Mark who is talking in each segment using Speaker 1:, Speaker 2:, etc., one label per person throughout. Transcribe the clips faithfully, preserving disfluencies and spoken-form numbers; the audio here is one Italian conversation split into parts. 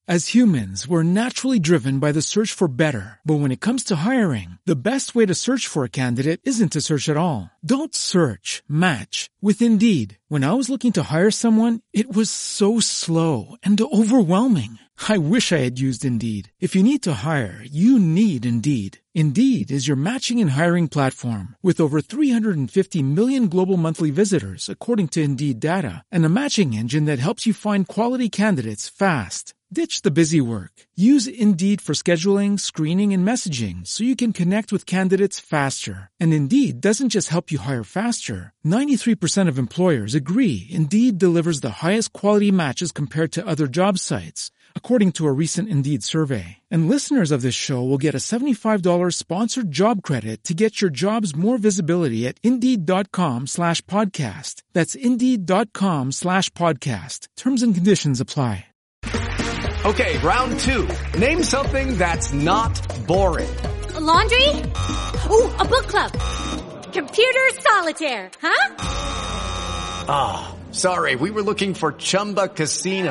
Speaker 1: As humans, we're naturally driven by the search for better. But when it comes to hiring, the best way to search for a candidate isn't to search at all. Don't search, match with Indeed. When I was looking to hire someone, it was so slow and overwhelming. I wish I had used Indeed. If you need to hire, you need Indeed. Indeed is your matching and hiring platform with over three hundred fifty million global monthly visitors, according to Indeed data, and a matching engine that helps you find quality candidates fast. Ditch the busy work. Use Indeed for scheduling, screening, and messaging so you can connect with candidates faster. And Indeed doesn't just help you hire faster. ninety-three percent of employers agree Indeed delivers the highest quality matches compared to other job sites, according to a recent Indeed survey. And listeners of this show will get a seventy-five dollars sponsored job credit to get your jobs more visibility at Indeed.com slash podcast. That's Indeed.com slash podcast. Terms and conditions apply.
Speaker 2: Okay, round two. Name something that's not boring.
Speaker 3: A laundry? Ooh, a book club. Computer solitaire, huh?
Speaker 2: Ah, oh, sorry, we were looking for Chumba Casino.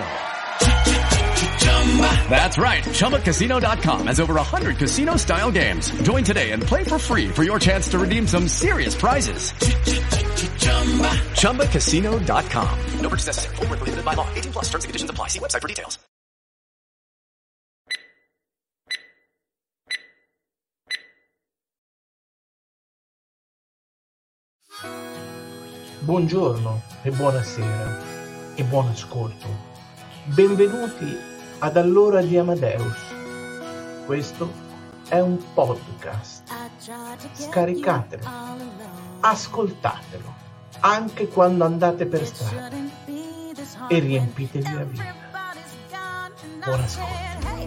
Speaker 2: That's right, Chumba Casino dot com has over one hundred casino-style games. Join today and play for free for your chance to redeem some serious prizes. Chumba Casino dot com. No purchase necessary. Void where prohibited by law. eighteen plus terms and conditions apply. See website for details.
Speaker 4: Buongiorno e buonasera e buon ascolto. Benvenuti ad All'ora di Amadeus. Questo è un podcast. Scaricatelo, ascoltatelo, anche quando andate per strada e riempitevi la vita. Buon ascolto.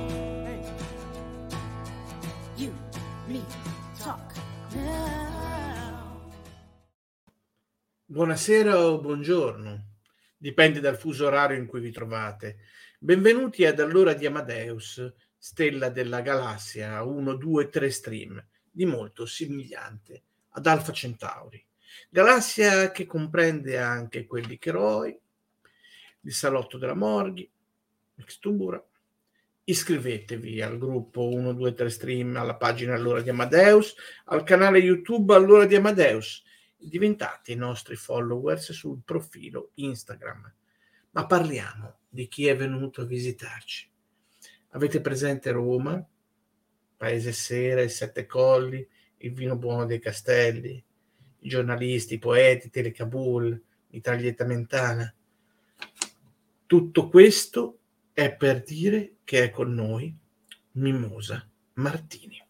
Speaker 4: Buonasera o buongiorno, dipende dal fuso orario in cui vi trovate. Benvenuti ad All'ora di Amadeus, stella della galassia uno, due, tre Stream, di molto somigliante ad Alfa Centauri, galassia che comprende anche quelli che eroi, il salotto della Morghi, Mixtura. Iscrivetevi al gruppo uno, due, tre Stream, alla pagina All'ora di Amadeus, al canale YouTube All'ora di Amadeus. Diventate i nostri followers sul profilo Instagram. Ma parliamo di chi è venuto a visitarci. Avete presente Roma, Paese Sera, i Sette Colli, il vino buono dei Castelli, i giornalisti, i poeti, Telecabul, Mitraglietta Mentana? Tutto questo è per dire che è con noi Mimosa Martini.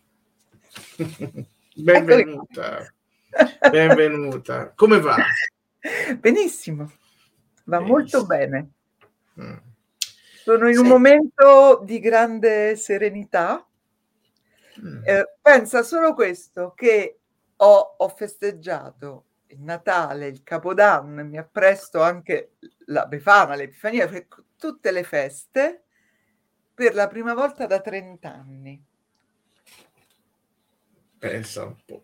Speaker 4: Benvenuta. Benvenuta. Come va?
Speaker 5: Benissimo, va
Speaker 4: Benissimo.
Speaker 5: Molto bene.
Speaker 4: Mm.
Speaker 5: Sono in
Speaker 4: Sì.
Speaker 5: un momento di grande serenità.
Speaker 4: Mm.
Speaker 5: Eh, pensa solo questo, che ho, ho festeggiato il Natale, il Capodanno, mi appresto anche la Befana, l'Epifania, tutte le feste per la prima volta da trenta anni.
Speaker 4: Pensa un po'.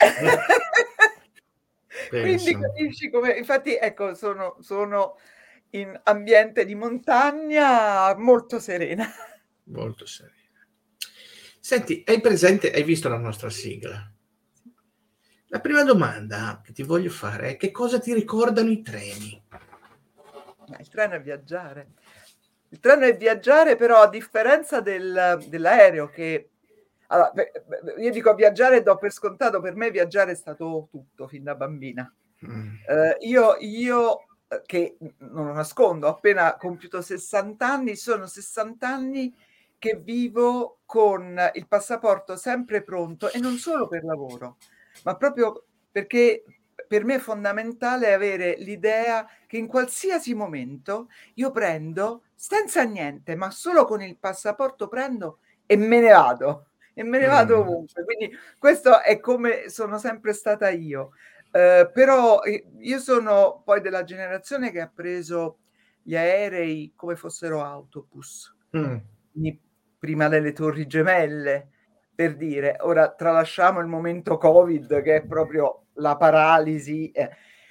Speaker 5: Quindi capisci come, infatti ecco, sono, sono in ambiente di montagna molto serena.
Speaker 4: Molto serena. Senti, hai presente, hai visto la nostra sigla? La prima domanda che ti voglio fare è: che cosa ti ricordano i treni?
Speaker 5: Il treno è viaggiare. Il treno è viaggiare, però a differenza del, dell'aereo che... Allora, io dico viaggiare, do per scontato, per me viaggiare è stato tutto fin da bambina. Mm. Eh, io, io, che non lo nascondo, ho appena compiuto sessanta anni, sono sessanta anni che vivo con il passaporto sempre pronto, e non solo per lavoro, ma proprio perché per me è fondamentale avere l'idea che in qualsiasi momento io prendo, senza niente, ma solo con il passaporto prendo e me ne vado. E me ne vado ovunque, quindi questo è come sono sempre stata io. Eh, però io sono poi della generazione che ha preso gli aerei come fossero autobus, mm. quindi prima delle Torri Gemelle, per dire. Ora tralasciamo il momento Covid, che è proprio la paralisi. Eh.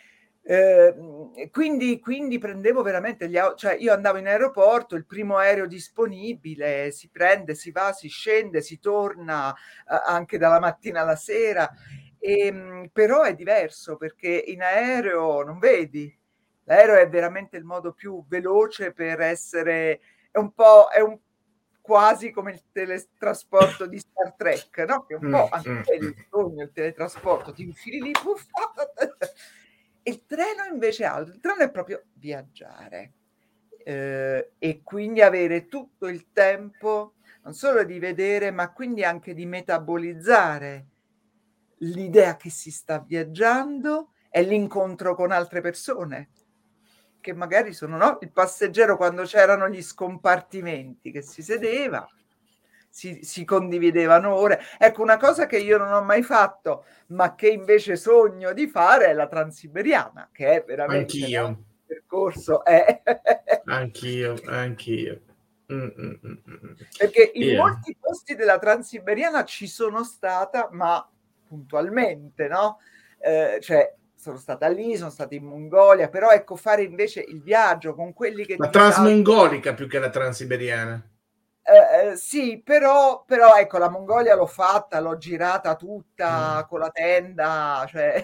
Speaker 5: Eh, quindi, quindi prendevo veramente gli au- cioè io andavo in aeroporto, il primo aereo disponibile, si prende, si va, si scende, si torna eh, anche dalla mattina alla sera. E, mh, però è diverso perché in aereo non vedi, l'aereo è veramente il modo più veloce per essere, è un po', è un quasi come il teletrasporto di Star Trek, no? Che è un
Speaker 4: Mm,
Speaker 5: po' anche
Speaker 4: mm,
Speaker 5: quello
Speaker 4: mm.
Speaker 5: il sogno, il teletrasporto, ti infili lì, puff, il treno invece è altro, il treno è proprio viaggiare eh, e quindi avere tutto il tempo non solo di vedere, ma quindi anche di metabolizzare l'idea che si sta viaggiando e l'incontro con altre persone che magari sono, no? Il passeggero, quando c'erano gli scompartimenti che si sedeva, si, si condividevano ore. Ecco, una cosa che io non ho mai fatto, ma che invece sogno di fare, è la Transiberiana, che è veramente, no?
Speaker 4: Anch'io,
Speaker 5: Il percorso è...
Speaker 4: anch'io, anch'io. Mm, mm, mm, mm.
Speaker 5: Perché in
Speaker 4: Io.
Speaker 5: molti posti della Transiberiana ci sono stata, ma puntualmente, no? Eh, cioè, sono stata lì, sono stata in Mongolia, però ecco, fare invece il viaggio con quelli che
Speaker 4: La
Speaker 5: ti salvano.
Speaker 4: transmongolica più che la transiberiana.
Speaker 5: Eh, eh, sì, però, però ecco, la Mongolia l'ho fatta, l'ho girata tutta
Speaker 4: Mm.
Speaker 5: con la tenda, cioè...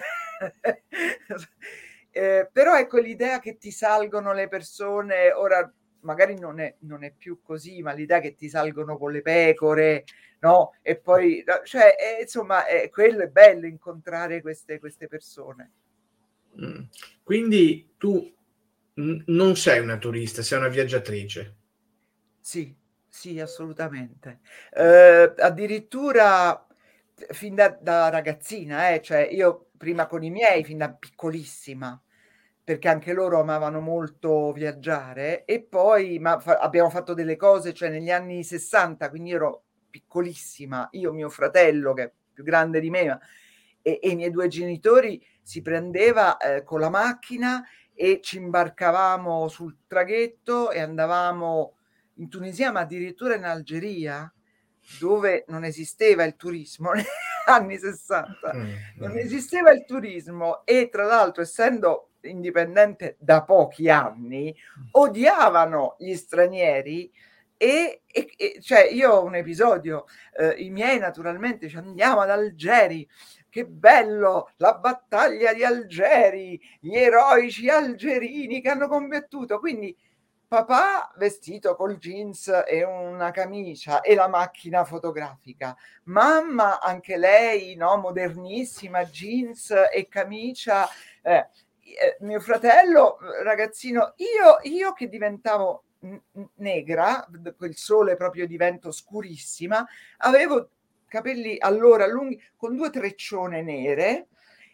Speaker 5: eh, però ecco, l'idea che ti salgono le persone, ora magari non è, non è più così, ma l'idea che ti salgono con le pecore, no? E poi, cioè, eh, insomma, eh, quello è bello, incontrare queste, queste persone.
Speaker 4: Mm. Quindi tu n- non sei una turista, sei una viaggiatrice.
Speaker 5: Sì, sì, assolutamente. Eh, addirittura fin da, da ragazzina, eh, cioè io prima con i miei, fin da piccolissima, perché anche loro amavano molto viaggiare, e poi ma fa- abbiamo fatto delle cose, cioè negli anni sessanta, quindi io ero piccolissima, io, mio fratello, che è più grande di me, ma- e, e i miei due genitori, si prendeva eh, con la macchina e ci imbarcavamo sul traghetto e andavamo in Tunisia, ma addirittura in Algeria, dove non esisteva il turismo negli anni sessanta,
Speaker 4: Mm,
Speaker 5: non
Speaker 4: mm.
Speaker 5: esisteva il turismo, e tra l'altro, essendo indipendente da pochi anni, odiavano gli stranieri. E, e, e cioè io ho un episodio, eh, i miei naturalmente ci andiamo ad Algeri, che bello, la battaglia di Algeri, gli eroici algerini che hanno combattuto, quindi papà vestito col jeans e una camicia e la macchina fotografica, mamma anche lei, no, modernissima, jeans e camicia, eh, eh, mio fratello ragazzino, io, io che diventavo n- negra, quel sole proprio divento scurissima, avevo capelli allora lunghi con due treccione nere,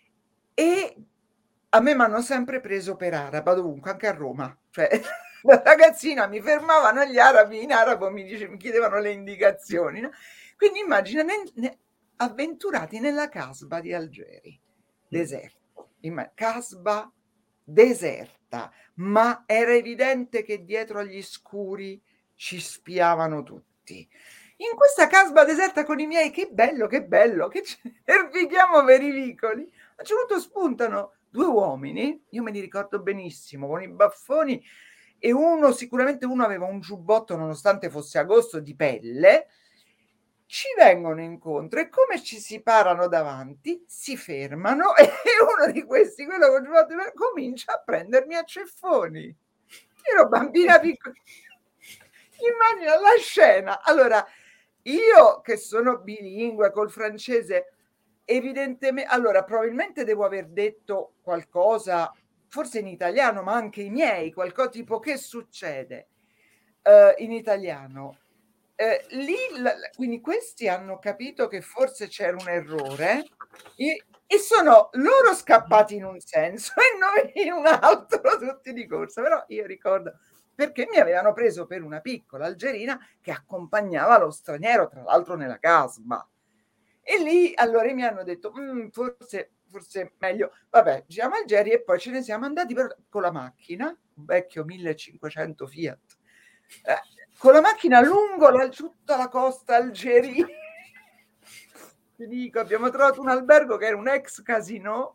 Speaker 5: e a me mi hanno sempre preso per araba dovunque, anche a Roma, cioè da ragazzina mi fermavano gli arabi in arabo, mi, dice, mi chiedevano le indicazioni, no? Quindi immagina, ne, ne, avventurati nella Casba di Algeri, deserto, immagina, Casba deserta, ma era evidente che dietro agli scuri ci spiavano tutti. In questa Casba deserta con i miei, che bello, che bello, che erbichiamo per i vicoli. A un certo punto spuntano due uomini, io me li ricordo benissimo, con i baffoni, e uno, sicuramente uno aveva un giubbotto, nonostante fosse agosto, di pelle. Ci vengono incontro e come ci si parano davanti, si fermano e uno di questi, quello con il giubbotto, comincia a prendermi a ceffoni. Io ero bambina piccola. Immagina la scena. Allora, io che sono bilingue col francese, evidentemente, allora probabilmente devo aver detto qualcosa, forse in italiano, ma anche i miei, qualcosa tipo che succede uh, in italiano. Eh, lì, la, quindi questi hanno capito che forse c'era un errore e, e sono loro scappati in un senso e noi in un altro, tutti di corsa. Però io ricordo, perché mi avevano preso per una piccola algerina che accompagnava lo straniero, tra l'altro nella Casba. E lì allora mi hanno detto mm, forse forse meglio, vabbè, giriamo a Algeri, e poi ce ne siamo andati per, con la macchina, un vecchio millecinquecento Fiat, eh, con la macchina lungo la, tutta la costa algerina. Ti dico, abbiamo trovato un albergo che era un ex casino,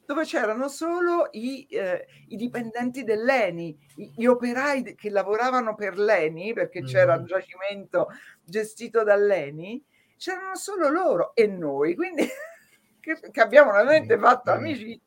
Speaker 5: dove c'erano solo i, eh, i dipendenti dell'Eni, i- gli operai de- che lavoravano per l'Eni, perché c'era
Speaker 4: Mm.
Speaker 5: un giacimento gestito dall'Eni, c'erano solo loro e noi, quindi che, che abbiamo veramente fatto
Speaker 4: Mm.
Speaker 5: amici.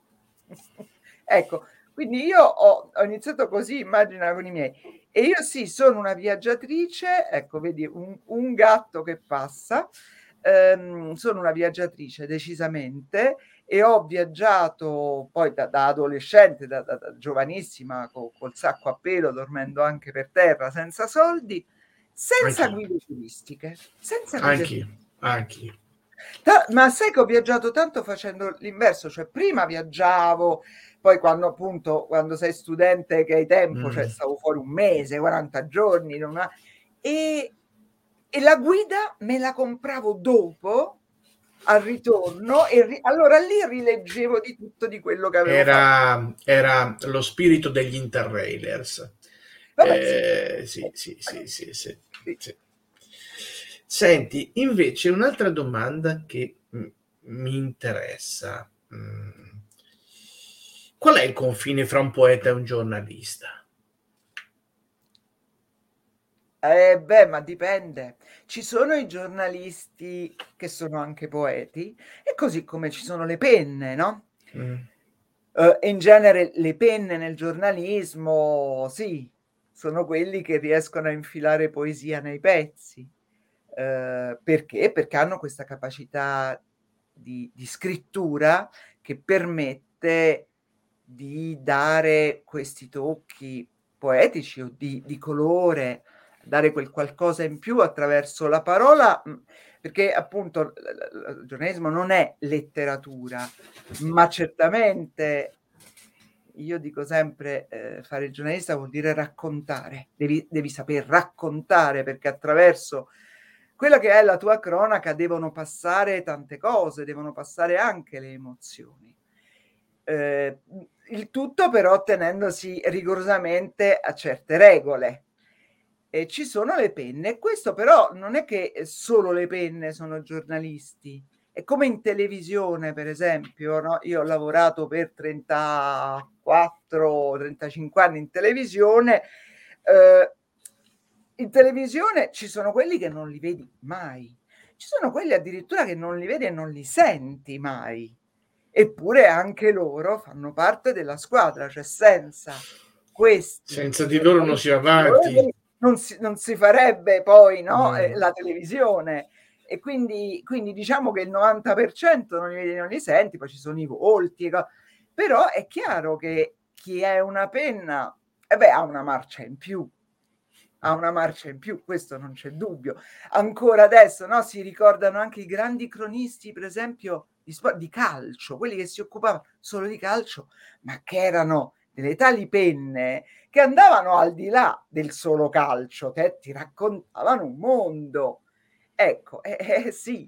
Speaker 5: Ecco, quindi io ho, ho iniziato così, immagina, con i miei. E io sì, sono una viaggiatrice, ecco, vedi, un, un gatto che passa. Ehm, sono una viaggiatrice decisamente e ho viaggiato poi da, da adolescente, da, da- da giovanissima, co- col sacco a pelo, dormendo anche per terra, senza soldi, senza
Speaker 4: Anch'io,
Speaker 5: guide turistiche, senza guide
Speaker 4: anch'io, anch'io.
Speaker 5: Ta- Ma sai che ho viaggiato tanto facendo l'inverso, cioè prima viaggiavo, poi quando appunto, quando sei studente che hai tempo, cioè
Speaker 4: Mm.
Speaker 5: stavo fuori un mese, quaranta giorni, non ha- e, e la guida me la compravo dopo, al ritorno, e ri- allora lì rileggevo di tutto di quello che avevo fatto.
Speaker 4: Era, era lo spirito degli interrailers.
Speaker 5: Vabbè, sì.
Speaker 4: Eh, sì, sì, sì, sì, sì,
Speaker 5: Sì.
Speaker 4: sì. Senti, invece un'altra domanda che mm, mi interessa. Mm. Qual è il confine fra un poeta e un giornalista?
Speaker 5: Eh, beh, ma dipende. Ci sono i giornalisti che sono anche poeti, e così come ci sono le penne, no?
Speaker 4: Mm.
Speaker 5: Eh, in genere le penne nel giornalismo, sì, sono quelli che riescono a infilare poesia nei pezzi. Eh, perché? Perché hanno questa capacità di, di scrittura che permette di dare questi tocchi poetici o di, di colore, dare quel qualcosa in più attraverso la parola, mh, perché appunto l- l- il giornalismo non è letteratura, ma certamente io dico sempre, eh, fare il giornalista vuol dire raccontare, devi, devi saper raccontare, perché attraverso quella che è la tua cronaca devono passare tante cose, devono passare anche le emozioni. Eh, il tutto però tenendosi rigorosamente a certe regole. E ci sono le penne, questo però non è che solo le penne sono giornalisti. È come in televisione, per esempio, no? Io ho lavorato per trentaquattro trentacinque anni in televisione. Eh, in televisione ci sono quelli che non li vedi mai, ci sono quelli addirittura che non li vedi e non li senti mai, eppure anche loro fanno parte della squadra, cioè senza questi
Speaker 4: Senza di loro non si va
Speaker 5: giornalisti
Speaker 4: avanti.
Speaker 5: non si, non si farebbe poi, no, eh,
Speaker 4: Mm.
Speaker 5: la televisione. E quindi, quindi diciamo che il novanta per cento non li vedi, non li senti, poi ci sono i volti, però è chiaro che chi è una penna, eh beh, ha una marcia in più, ha una marcia in più, questo non c'è dubbio. Ancora adesso, no, si ricordano anche i grandi cronisti, per esempio, di, sport, di calcio, quelli che si occupavano solo di calcio, ma che erano delle tali penne che andavano al di là del solo calcio, che ti raccontavano un mondo. Ecco, eh, eh, sì,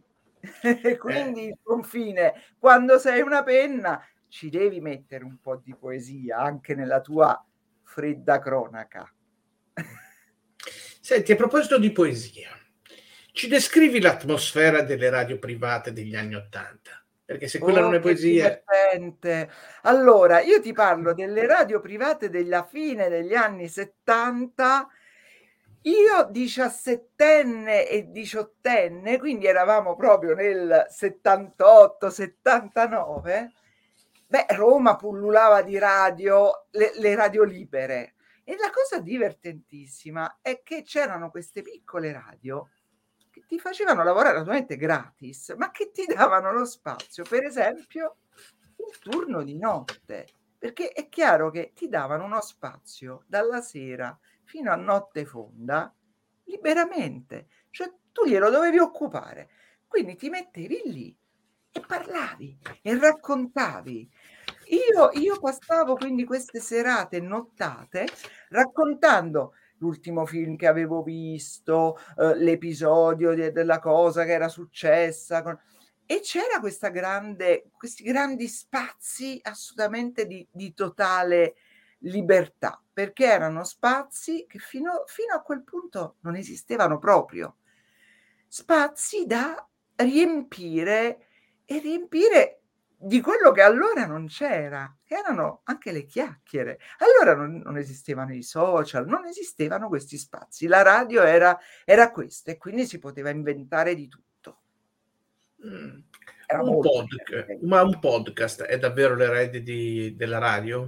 Speaker 4: Eh,
Speaker 5: quindi il confine, quando sei una penna, ci devi mettere un po' di poesia anche nella tua fredda cronaca.
Speaker 4: Senti, a proposito di poesia, ci descrivi l'atmosfera delle radio private degli anni Ottanta? Perché se quella non
Speaker 5: Oh,
Speaker 4: è
Speaker 5: che
Speaker 4: poesia...
Speaker 5: divertente! Allora, io ti parlo delle radio private della fine degli anni settanta. Io diciassettenne e diciottenne, quindi eravamo proprio nel settantotto settantanove. Beh, Roma pullulava di radio, le, le radio libere. E la cosa divertentissima è che c'erano queste piccole radio che ti facevano lavorare naturalmente gratis, ma che ti davano lo spazio, per esempio, il turno di notte, perché è chiaro che ti davano uno spazio dalla sera fino a notte fonda liberamente, cioè tu glielo dovevi occupare, quindi ti mettevi lì e parlavi e raccontavi. Io, io passavo quindi queste serate nottate raccontando l'ultimo film che avevo visto, eh, l'episodio de- della cosa che era successa. Con... E c'era questa grande, questi grandi spazi assolutamente di, di totale libertà, perché erano spazi che fino, fino a quel punto non esistevano proprio. Spazi da riempire e riempire di quello che allora non c'era, erano anche le chiacchiere. Allora non, non esistevano i social, non esistevano questi spazi, la radio era, era questa e quindi si poteva inventare di tutto.
Speaker 4: Mm.
Speaker 5: Era
Speaker 4: Un,
Speaker 5: molto
Speaker 4: podca-
Speaker 5: divertente.
Speaker 4: ma un podcast è davvero l'erede di- della radio?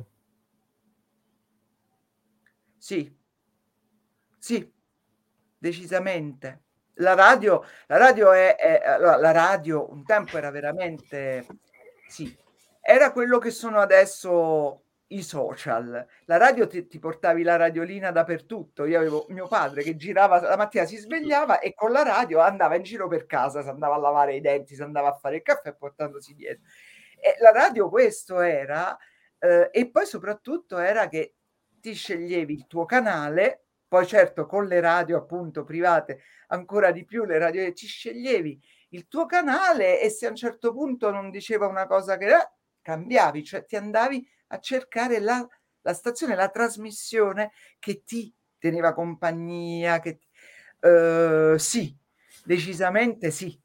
Speaker 5: Sì, sì, decisamente. La radio, la radio è, è- allora, la radio un tempo era veramente, sì, era quello che sono adesso i social. La radio ti, ti portavi la radiolina dappertutto. Io avevo mio padre che girava la mattina, si svegliava e con la radio andava in giro per casa, si andava a lavare i denti, si andava a fare il caffè portandosi dietro. E la radio questo era, eh, e poi soprattutto era che ti sceglievi il tuo canale, poi certo con le radio appunto private ancora di più, le radio ci sceglievi il tuo canale e se a un certo punto non diceva una cosa che eh, cambiavi, cioè ti andavi a cercare la, la stazione, la trasmissione che ti teneva compagnia, che ti, eh, sì, decisamente sì.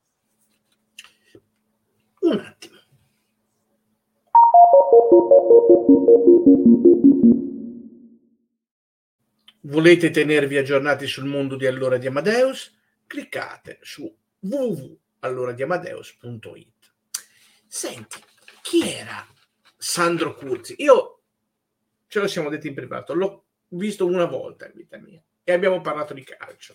Speaker 4: Un attimo. Volete tenervi aggiornati sul mondo di Allora di Amadeus? Cliccate su w w w punto allora di amadeus punto it. Senti, chi era Sandro Curzi? Io ce lo siamo detti in privato, l'ho visto una volta in vita mia e abbiamo parlato di calcio.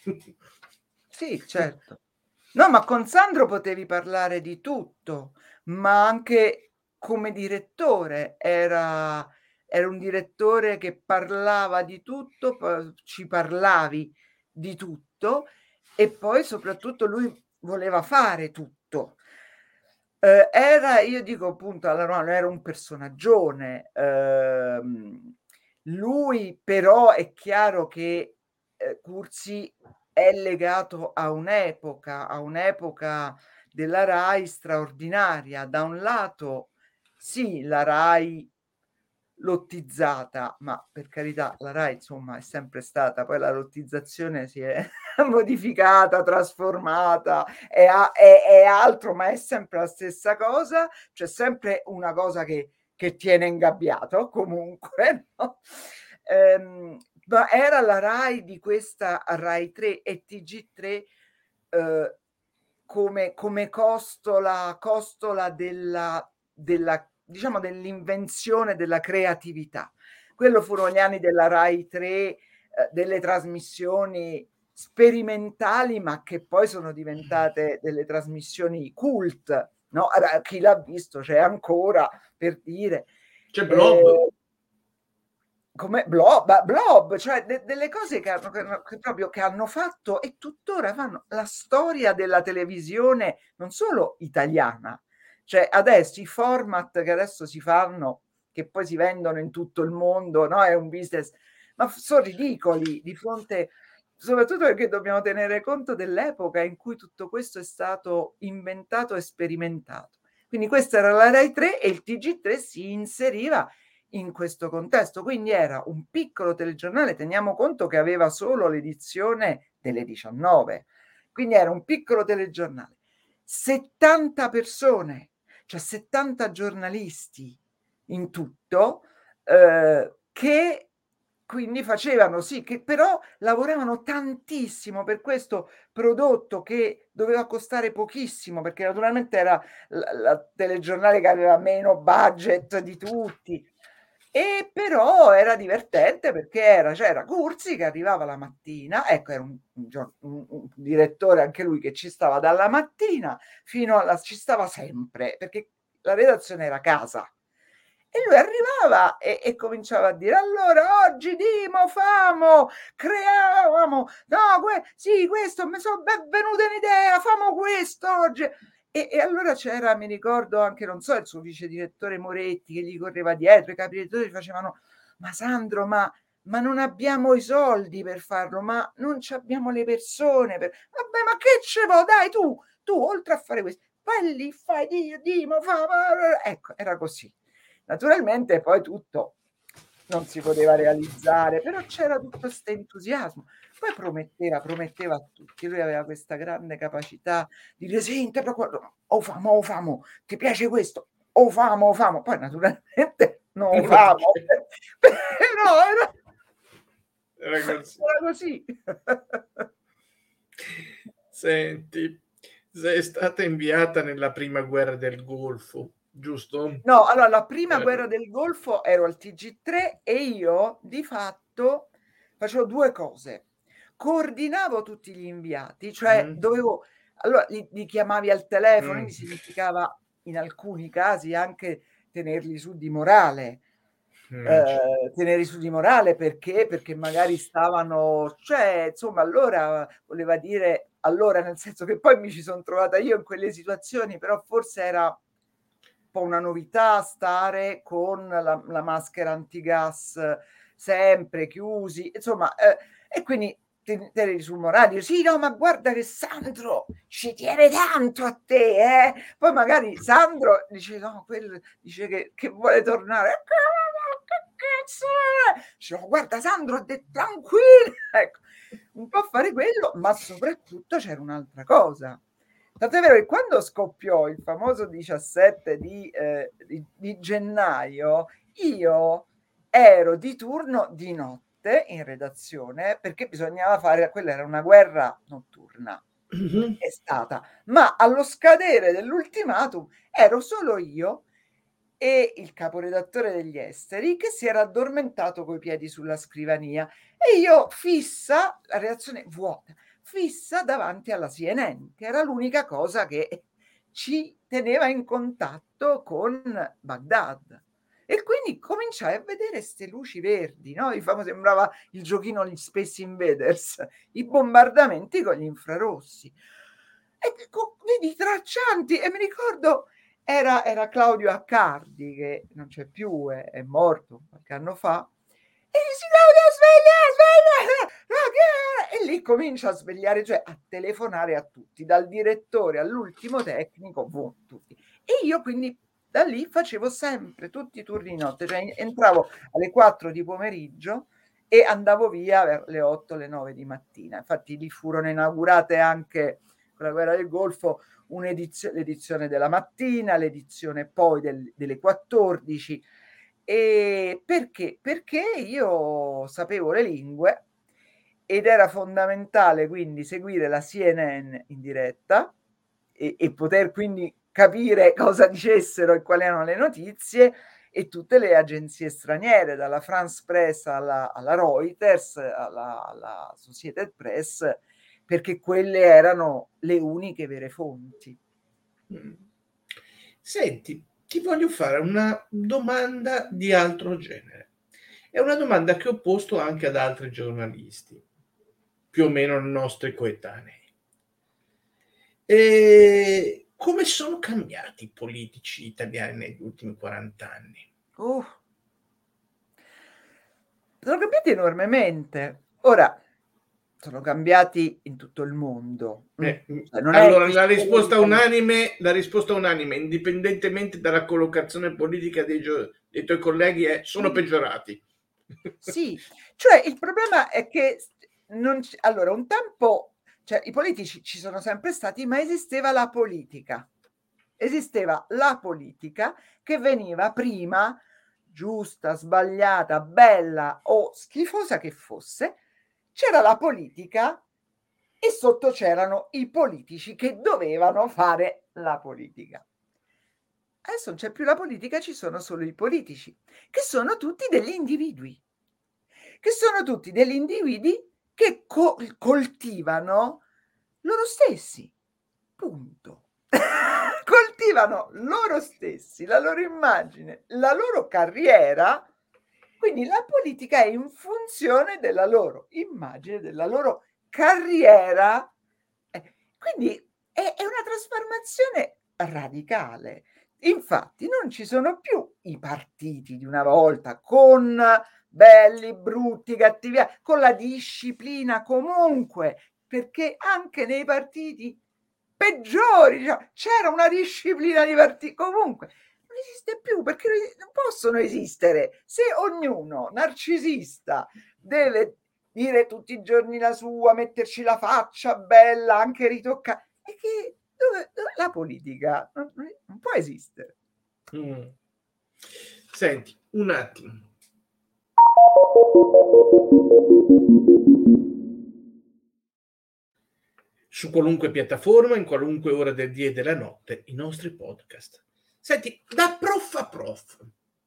Speaker 5: Sì, certo. No, ma con Sandro potevi parlare di tutto, ma anche come direttore era, era un direttore che parlava di tutto, poi ci parlavi di tutto e poi soprattutto lui voleva fare tutto. Eh, era, io dico appunto, alla Romano era un personaggione. ehm, lui però è chiaro che eh, Curzi è legato a un'epoca, a un'epoca della Rai straordinaria. Da un lato, sì, la Rai lottizzata, ma per carità, la Rai insomma è sempre stata, poi la lottizzazione si è modificata, trasformata, è, a, è, è altro, ma è sempre la stessa cosa, c'è sempre una cosa che, che tiene ingabbiato comunque, no? Ehm, ma era la Rai di questa Rai tre e T G tre eh, come, come costola, costola della, della, diciamo, dell'invenzione della creatività. Quello furono gli anni della Rai tre, eh, delle trasmissioni sperimentali, ma che poi sono diventate delle trasmissioni cult. No? Chi l'ha visto c'è ancora, per dire.
Speaker 4: C'è Blob.
Speaker 5: Eh, come Blob, Blob, cioè de- delle cose che, hanno, che, che proprio che hanno fatto e tuttora fanno la storia della televisione, non solo italiana, cioè adesso i format che adesso si fanno, che poi si vendono in tutto il mondo, no? È un business, ma sono ridicoli di fronte, soprattutto perché dobbiamo tenere conto dell'epoca in cui tutto questo è stato inventato e sperimentato. Quindi questa era la Rai tre e il T G tre si inseriva in questo contesto, quindi era un piccolo telegiornale, teniamo conto che aveva solo l'edizione delle diciannove, quindi era un piccolo telegiornale, settanta persone, cioè settanta giornalisti in tutto, eh, che quindi facevano sì, che però lavoravano tantissimo per questo prodotto che doveva costare pochissimo, perché naturalmente era il telegiornale che aveva meno budget di tutti. E però era divertente perché era, c'era Curzi che arrivava la mattina, ecco, era un, un, un, un direttore anche lui che ci stava dalla mattina fino alla, ci stava sempre, perché la redazione era casa. E lui arrivava e, e cominciava a dire: allora oggi Dimo famo, creiamo, no, que- sì, questo mi sono venuta un'idea, famo questo oggi. E, e allora c'era, mi ricordo anche, non so, il suo vice direttore Moretti che gli correva dietro, i capi direttori facevano: ma Sandro, ma, ma non abbiamo i soldi per farlo, ma non abbiamo le persone per... Vabbè, ma che ce vuoi, dai, tu, tu, oltre a fare questo, vai lì, fai Dio, Dimo, fa, fa, ecco, era così. Naturalmente poi tutto non si poteva realizzare, però c'era tutto questo entusiasmo. Poi prometteva, prometteva a tutti, lui aveva questa grande capacità di dire: sì, o famo, o famo, ti piace questo? o famo, o famo, poi naturalmente non famo, però era,
Speaker 4: era così.
Speaker 5: era così.
Speaker 4: Senti, sei stata inviata nella prima guerra del Golfo, giusto?
Speaker 5: No, allora la prima
Speaker 4: Eh.
Speaker 5: guerra del Golfo ero al T G tre e io di fatto facevo due cose. Coordinavo tutti gli inviati, cioè
Speaker 4: Mm.
Speaker 5: dovevo, allora li, li chiamavi al telefono,
Speaker 4: Mm.
Speaker 5: quindi significava in alcuni casi anche tenerli su di morale. Eh, tenerli su di morale perché? Perché magari stavano, cioè insomma, allora voleva dire, allora nel senso che poi mi ci sono trovata io in quelle situazioni, però forse era un po' una novità stare con la, la maschera antigas sempre chiusi, insomma, eh, e quindi tenerli sul morale, dire, sì, no, ma guarda che Sandro ci tiene tanto a te, eh? Poi magari Sandro dice, no, quello dice che, che vuole tornare, dice, no, guarda Sandro ha detto tranquillo, ecco, un po' fare quello, ma soprattutto c'era un'altra cosa. Tant'è vero che quando scoppiò il famoso diciassette di, eh, di, di gennaio, io ero di turno di notte in redazione perché bisognava fare, quella era una guerra notturna,
Speaker 4: Mm-hmm.
Speaker 5: è stata, ma allo scadere dell'ultimatum ero solo io e il caporedattore degli esteri che si era addormentato coi piedi sulla scrivania e io fissa, la redazione vuota, fissa davanti alla C N N, che era l'unica cosa che ci teneva in contatto con Baghdad. E quindi cominciai a vedere queste luci verdi, no? Il famoso, sembrava il giochino gli Space Invaders, i bombardamenti con gli infrarossi. E vedi, traccianti, e mi ricordo era, era Claudio Accardi, che non c'è più, è, è morto qualche anno fa, e dice, Claudio, sveglia, sveglia, e lì comincia a svegliare, cioè a telefonare a tutti, dal direttore all'ultimo tecnico, boh, tutti. E io quindi da lì facevo sempre tutti i turni di notte, cioè entravo alle quattro di pomeriggio e andavo via alle otto, alle nove di mattina. Infatti lì furono inaugurate anche con la guerra del Golfo un'edizione, l'edizione della mattina, l'edizione poi del, delle quattordici. E perché? Perché io sapevo le lingue ed era fondamentale quindi seguire la C N N in diretta e, e poter quindi capire cosa dicessero e quali erano le notizie, e tutte le agenzie straniere, dalla France Press alla, alla Reuters, alla, alla Associated Press, perché quelle erano le uniche vere fonti.
Speaker 4: Senti, ti voglio fare una domanda di altro genere. È una domanda che ho posto anche ad altri giornalisti, più o meno nostri coetanei. E come sono cambiati i politici italiani negli ultimi quaranta anni?
Speaker 5: Uh, sono cambiati enormemente. Ora, sono cambiati in tutto il mondo.
Speaker 4: Eh,
Speaker 5: cioè, non
Speaker 4: allora,
Speaker 5: è
Speaker 4: la risposta unanime, la risposta unanime, indipendentemente dalla collocazione politica dei, dei tuoi colleghi, è sono peggiorati.
Speaker 5: Sì, cioè il problema è che non c- allora un tempo, cioè i politici ci sono sempre stati, ma esisteva la politica. Esisteva la politica che veniva prima, giusta, sbagliata, bella o schifosa che fosse, c'era la politica e sotto c'erano i politici che dovevano fare la politica. Adesso non c'è più la politica, ci sono solo i politici, che sono tutti degli individui, che sono tutti degli individui che co- coltivano loro stessi, punto. Coltivano loro stessi, la loro immagine, la loro carriera, quindi la politica è in funzione della loro immagine, della loro carriera, eh, quindi è, è una trasformazione radicale. Infatti non ci sono più i partiti di una volta con belli, brutti, cattivi, con la disciplina comunque, perché anche nei partiti peggiori cioè, c'era una disciplina di partiti, comunque non esiste più perché non possono esistere se ognuno narcisista deve dire tutti i giorni la sua, metterci la faccia bella, anche ritoccata, e che dove, dove, la politica non, non può esistere.
Speaker 4: Mm. Senti, un attimo. Su qualunque piattaforma, in qualunque ora del dia e della notte, i nostri podcast. Senti, da prof a prof.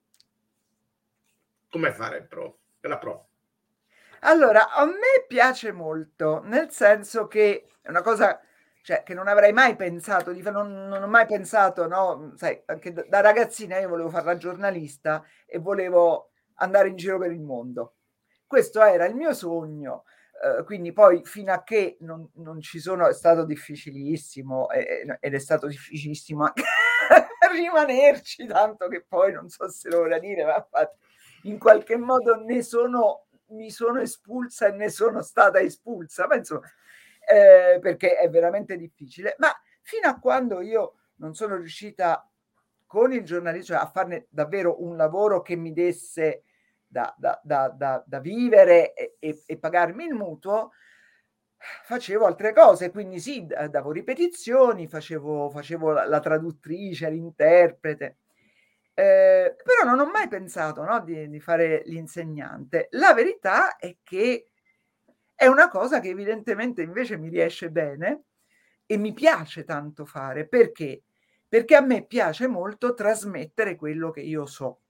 Speaker 4: Come fare il prof? La prof.
Speaker 5: Allora, a me piace molto, nel senso che è una cosa, cioè, che non avrei mai pensato di fare, non, non ho mai pensato, no? Sai, anche da, da ragazzina io volevo fare la giornalista e volevo andare in giro per il mondo. Questo era il mio sogno. Uh, quindi poi fino a che non, non ci sono, è stato difficilissimo eh, ed è stato difficilissimo anche rimanerci, tanto che poi non so se lo vorrà dire, ma in qualche modo ne sono, mi sono espulsa e ne sono stata espulsa, ma insomma, eh, perché è veramente difficile. Ma fino a quando io non sono riuscita con il giornalismo a farne davvero un lavoro che mi desse Da, da, da, da, da vivere e, e, e pagarmi il mutuo, facevo altre cose, quindi sì, davo ripetizioni, facevo, facevo la, la traduttrice, l'interprete, eh, però non ho mai pensato, no, di, di fare l'insegnante. La verità è che è una cosa che evidentemente invece mi riesce bene e mi piace tanto fare. Perché? Perché a me piace molto trasmettere quello che io so.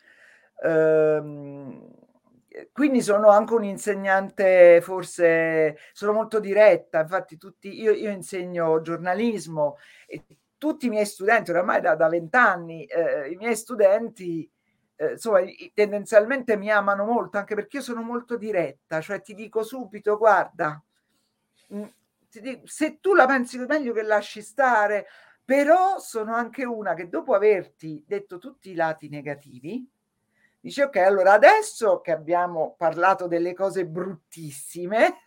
Speaker 5: Ehm, quindi sono anche un insegnante, forse sono molto diretta, infatti tutti, io, io insegno giornalismo e tutti i miei studenti, oramai da vent'anni, eh, i miei studenti eh, insomma tendenzialmente mi amano molto, anche perché io sono molto diretta, cioè ti dico subito, guarda, mh, ti dico, se tu la pensi meglio che lasci stare, però sono anche una che dopo averti detto tutti i lati negativi dice ok, allora adesso che abbiamo parlato delle cose bruttissime,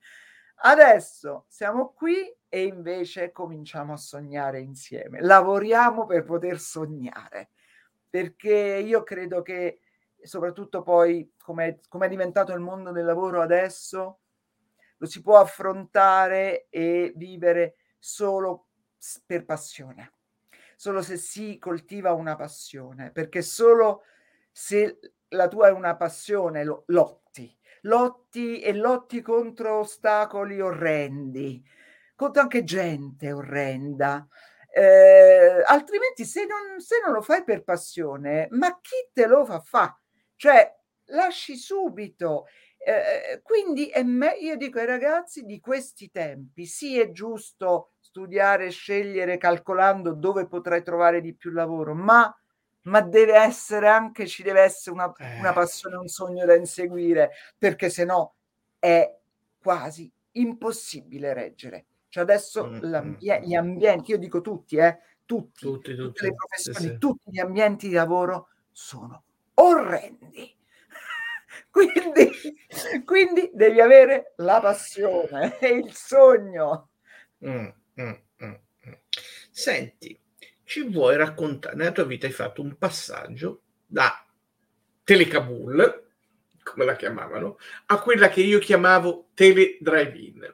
Speaker 5: adesso siamo qui e invece cominciamo a sognare insieme. Lavoriamo per poter sognare, perché io credo che soprattutto poi come è diventato il mondo del lavoro adesso, lo si può affrontare e vivere solo per passione, solo se si coltiva una passione, perché solo se la tua è una passione, lo, lotti, lotti e lotti contro ostacoli orrendi, contro anche gente orrenda. Eh, altrimenti se non, se non lo fai per passione, ma chi te lo fa fa? Cioè, lasci subito. Eh, quindi è me- io dico ai ragazzi di questi tempi, sì, è giusto studiare, scegliere, calcolando dove potrai trovare di più lavoro, ma ma deve essere anche, ci deve essere una, una passione, un sogno da inseguire, perché se no è quasi impossibile reggere. Cioè adesso
Speaker 4: mm-hmm.
Speaker 5: gli ambienti, io dico tutti, eh, tutti,
Speaker 4: tutti,
Speaker 5: tutte
Speaker 4: tutti.
Speaker 5: le professioni,
Speaker 4: sì, sì.
Speaker 5: tutti gli ambienti di lavoro sono orrendi. quindi, quindi devi avere la passione e il sogno.
Speaker 4: Mm, mm, mm, mm. Senti, ci vuoi raccontare, nella tua vita hai fatto un passaggio da Telecabul, come la chiamavano, a quella che io chiamavo Tele Drive-In.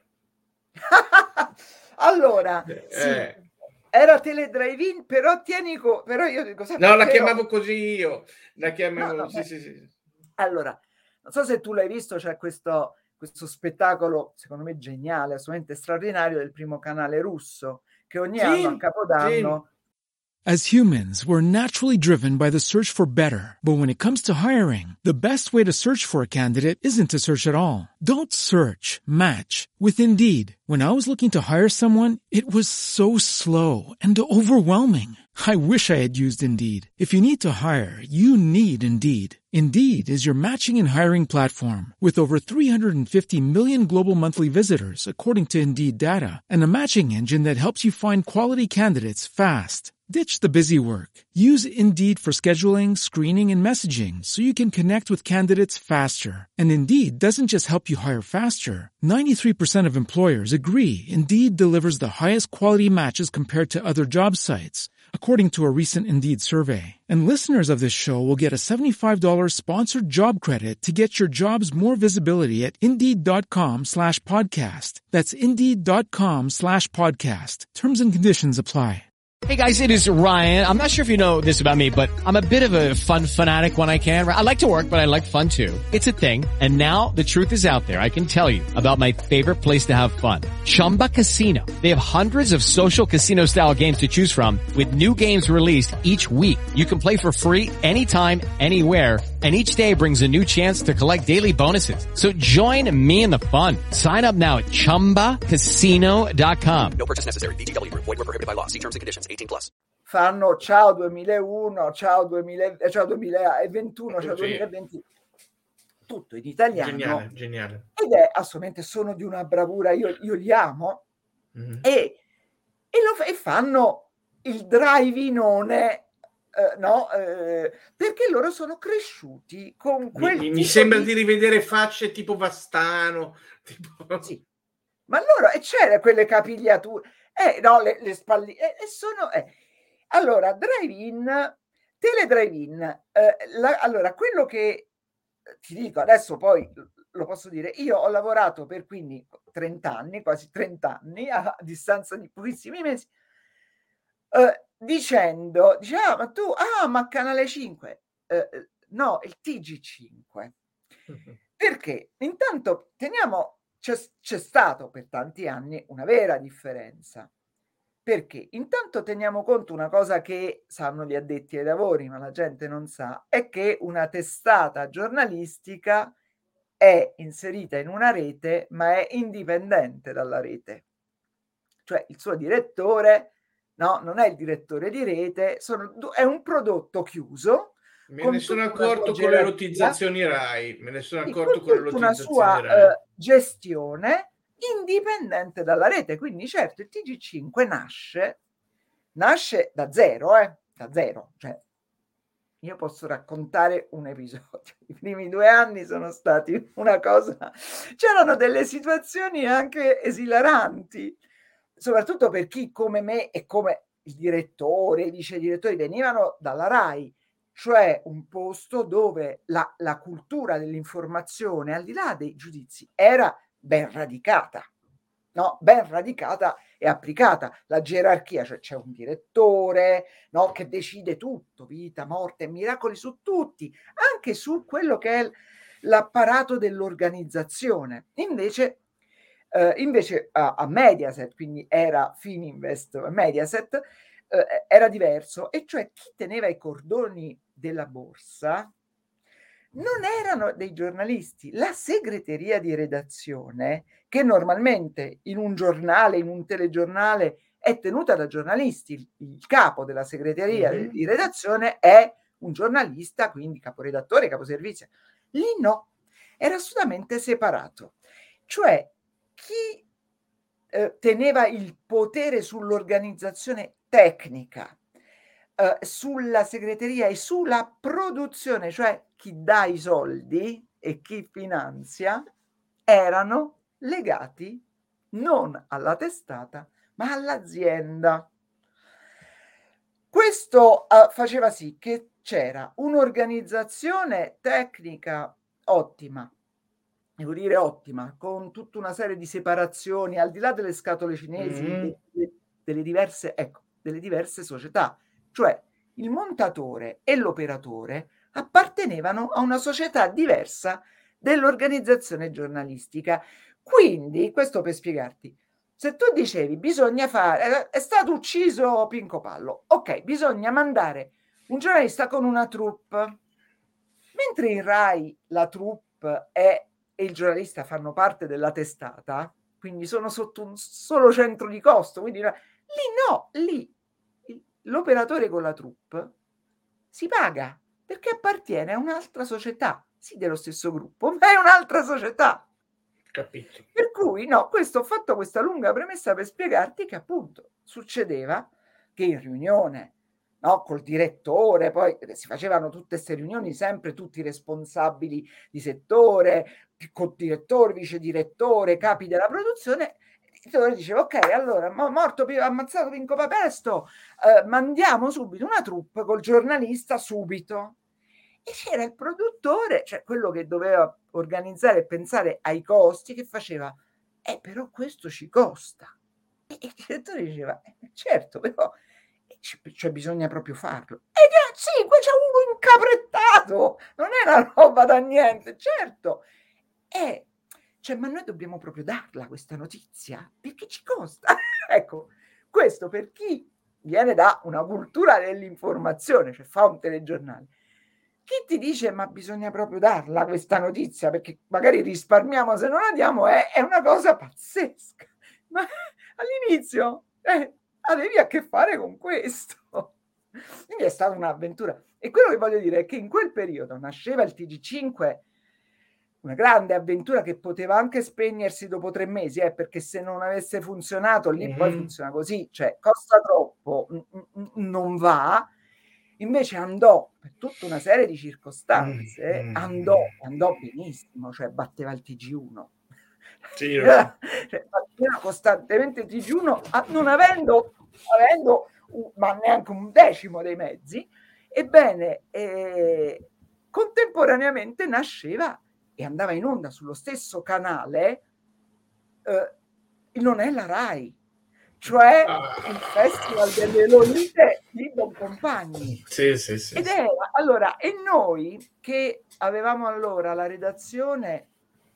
Speaker 5: Allora,
Speaker 4: eh.
Speaker 5: sì, era Tele Drive-In, però tieni co- però io dico sempre,
Speaker 4: no, la
Speaker 5: però...
Speaker 4: chiamavo così io, la chiamavo,
Speaker 5: no, no,
Speaker 4: sì, sì, sì.
Speaker 5: Allora, non so se tu l'hai visto, c'è questo, questo spettacolo, secondo me geniale, assolutamente straordinario, del primo canale russo, che ogni
Speaker 4: sì,
Speaker 5: anno a Capodanno...
Speaker 4: sì.
Speaker 1: As humans, we're naturally driven by the search for better. But when it comes to hiring, the best way to search for a candidate isn't to search at all. Don't search, match with Indeed. When I was looking to hire someone, it was so slow and overwhelming. I wish I had used Indeed. If you need to hire, you need Indeed. Indeed is your matching and hiring platform with over three hundred fifty million global monthly visitors, according to Indeed data, and a matching engine that helps you find quality candidates fast. Ditch the busy work. Use Indeed for scheduling, screening, and messaging so you can connect with candidates faster. And Indeed doesn't just help you hire faster. ninety-three percent of employers agree Indeed delivers the highest quality matches compared to other job sites, according to a recent Indeed survey. And listeners of this show will get a seventy-five dollars sponsored job credit to get your jobs more visibility at Indeed.com slash podcast. That's Indeed.com slash podcast. Terms and conditions apply.
Speaker 6: Hey guys, it is Ryan. I'm not sure if you know this about me, but I'm a bit of a fun fanatic when I can. I like to work, but I like fun too. It's a thing. And now the truth is out there. I can tell you about my favorite place to have fun. Chumba Casino. They have hundreds of social casino style games to choose from with new games released each week. You can play for free anytime, anywhere. And each day brings a new chance to collect daily bonuses. So join me in the fun. Sign up now at chumba casino dot com.
Speaker 7: No purchase necessary. V G W Group. Void where prohibited by law. See terms and conditions. eighteen plus.
Speaker 5: Fanno ciao duemilauno, ciao duemila, eh, ciao duemilaventuno, ciao
Speaker 4: Sì.
Speaker 5: duemilaventi. Tutto in italiano.
Speaker 4: Geniale, geniale.
Speaker 5: Ed è assolutamente, sono di una bravura, io, io li amo.
Speaker 4: Mhm.
Speaker 5: E, e, lo, e fanno il drive-inone. Eh, no, eh, perché loro sono cresciuti con quel
Speaker 4: Mi, mi
Speaker 5: tipo
Speaker 4: sembra
Speaker 5: di...
Speaker 4: di rivedere facce tipo Vastano. Tipo...
Speaker 5: Sì. Ma loro, e c'era quelle capigliature, eh, no, le, le spalline, e, e sono... Eh. Allora, drive-in, tele-drive-in, eh, la, allora, quello che ti dico, adesso poi lo posso dire, io ho lavorato per quindi trenta anni, quasi trenta anni, a, a distanza di pochissimi mesi, eh, dicendo, dice, ah, ma tu, ah, ma Canale cinque, eh, no, il T G cinque, perché intanto teniamo, c'è, c'è stato per tanti anni una vera differenza, perché intanto teniamo conto una cosa che sanno gli addetti ai lavori, ma la gente non sa, è che una testata giornalistica è inserita in una rete, ma è indipendente dalla rete, cioè il suo direttore, no, non è il direttore di rete, sono, è un prodotto chiuso.
Speaker 4: Me ne sono accorto con le lottizzazioni Rai, me ne sono accorto con le lottizzazioni
Speaker 5: una sua
Speaker 4: Rai.
Speaker 5: eh, gestione indipendente dalla rete, quindi certo il T G cinque nasce, nasce da zero, eh, da zero, cioè io posso raccontare un episodio, i primi due anni sono stati una cosa, c'erano delle situazioni anche esilaranti, soprattutto per chi come me e come il direttore, i vice direttori venivano dalla Rai, cioè un posto dove la, la cultura dell'informazione, al di là dei giudizi, era ben radicata, no? Ben radicata e applicata. La gerarchia, cioè c'è un direttore, no? Che decide tutto, vita, morte, miracoli su tutti, anche su quello che è l'apparato dell'organizzazione. Invece, eh, invece a, a Mediaset, quindi era Fininvest, Mediaset, eh, era diverso, e cioè chi teneva i cordoni della borsa non erano dei giornalisti, la segreteria di redazione, che normalmente in un giornale, in un telegiornale è tenuta da giornalisti, il, il capo della segreteria mm-hmm. di redazione è un giornalista, quindi caporedattore, caposervizio. Lì no, era assolutamente separato. Cioè chi eh, teneva il potere sull'organizzazione tecnica, eh, sulla segreteria e sulla produzione, cioè chi dà i soldi e chi finanzia, erano legati non alla testata ma all'azienda. Questo uh, faceva sì che c'era un'organizzazione tecnica ottima, devo dire ottima, con tutta una serie di separazioni al di là delle scatole cinesi, mm-hmm. delle, delle diverse, ecco, delle diverse società, cioè il montatore e l'operatore appartenevano a una società diversa dell'organizzazione giornalistica. Quindi, questo per spiegarti, se tu dicevi bisogna fare, è stato ucciso Pinco Pallo, ok, bisogna mandare un giornalista con una troupe, mentre in Rai la troupe è, e il giornalista fanno parte della testata, quindi sono sotto un solo centro di costo, quindi lì no, lì l'operatore con la troupe si paga perché appartiene a un'altra società, sì, dello stesso gruppo, ma è un'altra società.
Speaker 4: Capito.
Speaker 5: Per cui, no, questo ho fatto questa lunga premessa per spiegarti che appunto succedeva che in riunione, no, col direttore, poi si facevano tutte queste riunioni, sempre tutti responsabili di settore, co-direttore, vice direttore, capi della produzione. Il direttore diceva, ok, allora, morto, ammazzato Pinco Papesto, eh, mandiamo subito una troupe col giornalista subito. E c'era il produttore, cioè quello che doveva organizzare e pensare ai costi, che faceva, eh però questo ci costa. E il direttore diceva, eh, certo, però cioè bisogna proprio farlo. E già, sì, qua c'è uno incaprettato, non è una roba da niente, certo. E, cioè, ma noi dobbiamo proprio darla questa notizia, perché ci costa. Ecco, questo per chi viene da una cultura dell'informazione, cioè fa un telegiornale. Chi ti dice ma bisogna proprio darla questa notizia perché magari risparmiamo se non la diamo, è, è una cosa pazzesca. Ma all'inizio eh, avevi a che fare con questo. Quindi è stata un'avventura. E quello che voglio dire è che in quel periodo nasceva il T G cinque, una grande avventura che poteva anche spegnersi dopo tre mesi, eh, perché se non avesse funzionato, lì mm-hmm. poi funziona così, cioè costa troppo, n- n- non va. Invece andò per tutta una serie di circostanze, mm-hmm. andò, andò benissimo, cioè batteva il T G uno.
Speaker 4: Sì,
Speaker 5: cioè, batteva costantemente il T G uno, non avendo, avendo un, ma neanche un decimo dei mezzi. Ebbene, eh, contemporaneamente nasceva e andava in onda sullo stesso canale, eh, non è la Rai, cioè ah. il Festival delle Lolite di Boncompagni.
Speaker 4: Sì, sì, sì.
Speaker 5: Ed era, allora, e noi che avevamo allora la redazione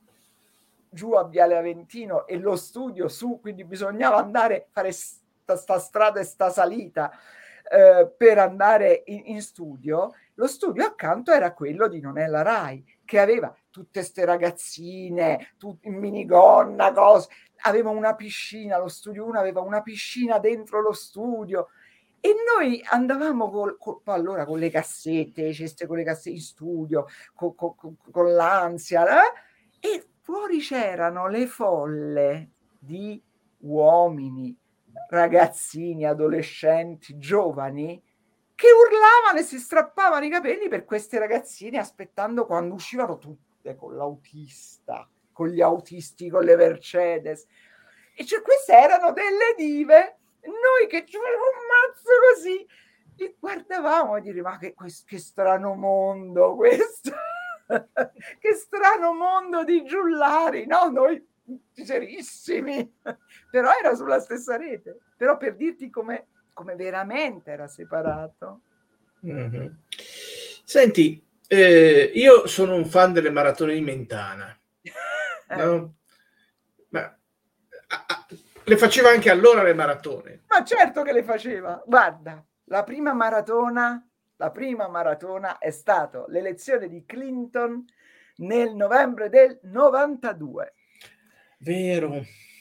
Speaker 5: giù a Viale Aventino e lo studio su, quindi bisognava andare a fare sta, sta strada e sta salita eh, per andare in, in studio. Lo studio accanto era quello di Non è la Rai, che aveva tutte ste ragazzine, tutti in minigonna, cose. Aveva una piscina, lo studio uno aveva una piscina dentro lo studio. E noi andavamo col, col, allora con le cassette, ceste con le cassette in studio, con, con, con l'ansia, eh? E fuori c'erano le folle di uomini, ragazzini, adolescenti, giovani, che urlavano e si strappavano i capelli per queste ragazzine aspettando quando uscivano tutte con l'autista, con gli autisti, con le Mercedes. E cioè queste erano delle dive, noi che ci facevamo un mazzo così, li guardavamo e diremo ma che, che strano mondo questo, che strano mondo di giullari, no? Noi serissimi, però era sulla stessa rete, però per dirti come, come veramente era separato.
Speaker 4: Mm-hmm. Senti, eh, io sono un fan delle maratone di Mentana, no? Ma a, a, le faceva anche allora le maratone?
Speaker 5: Ma certo che le faceva. Guarda, la prima maratona, la prima maratona è stata l'elezione di Clinton nel novembre del novantadue.
Speaker 4: Vero.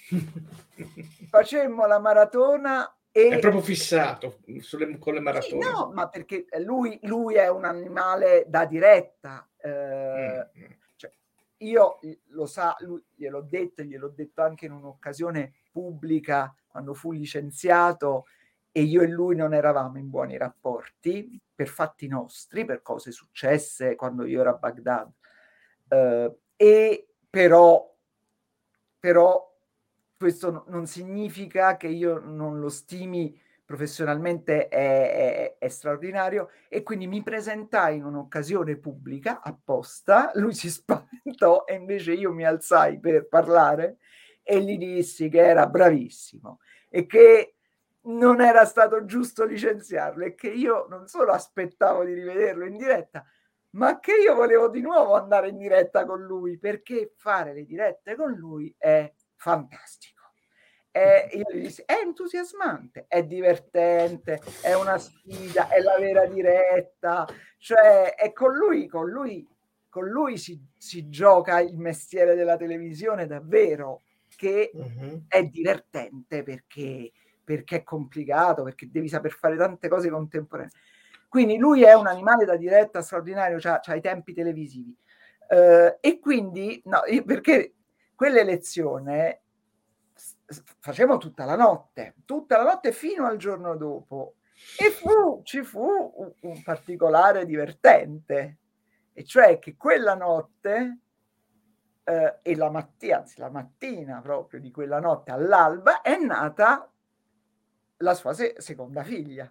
Speaker 5: Facemmo la maratona e...
Speaker 4: È proprio fissato sulle, con le maratone.
Speaker 5: Sì, no, ma perché lui, lui è un animale da diretta. Eh, mm. Cioè, io lo sa, lui, gliel'ho detto, gliel'ho detto anche in un'occasione pubblica quando fu licenziato e io e lui non eravamo in buoni rapporti per fatti nostri, per cose successe quando io ero a Baghdad. Eh, e però, però questo non significa che io non lo stimi professionalmente, è, è, è straordinario, e quindi mi presentai in un'occasione pubblica apposta, lui si spaventò e invece io mi alzai per parlare e gli dissi che era bravissimo e che non era stato giusto licenziarlo e che io non solo aspettavo di rivederlo in diretta, ma che io volevo di nuovo andare in diretta con lui, perché fare le dirette con lui è fantastico. È, io gli dissi, è entusiasmante, è divertente, è una sfida, è la vera diretta, cioè è con lui, con lui, con lui si, si gioca il mestiere della televisione davvero, che uh-huh. è divertente perché, perché è complicato, perché devi saper fare tante cose contemporanee. Quindi lui è un animale da diretta straordinario, c'ha, c'ha i tempi televisivi. Uh, e quindi, no, perché quell'elezione facevamo tutta la notte, tutta la notte fino al giorno dopo. E fu, ci fu un, un particolare divertente, e cioè che quella notte eh, e la mattina, anzi la mattina proprio di quella notte all'alba è nata la sua se- seconda figlia.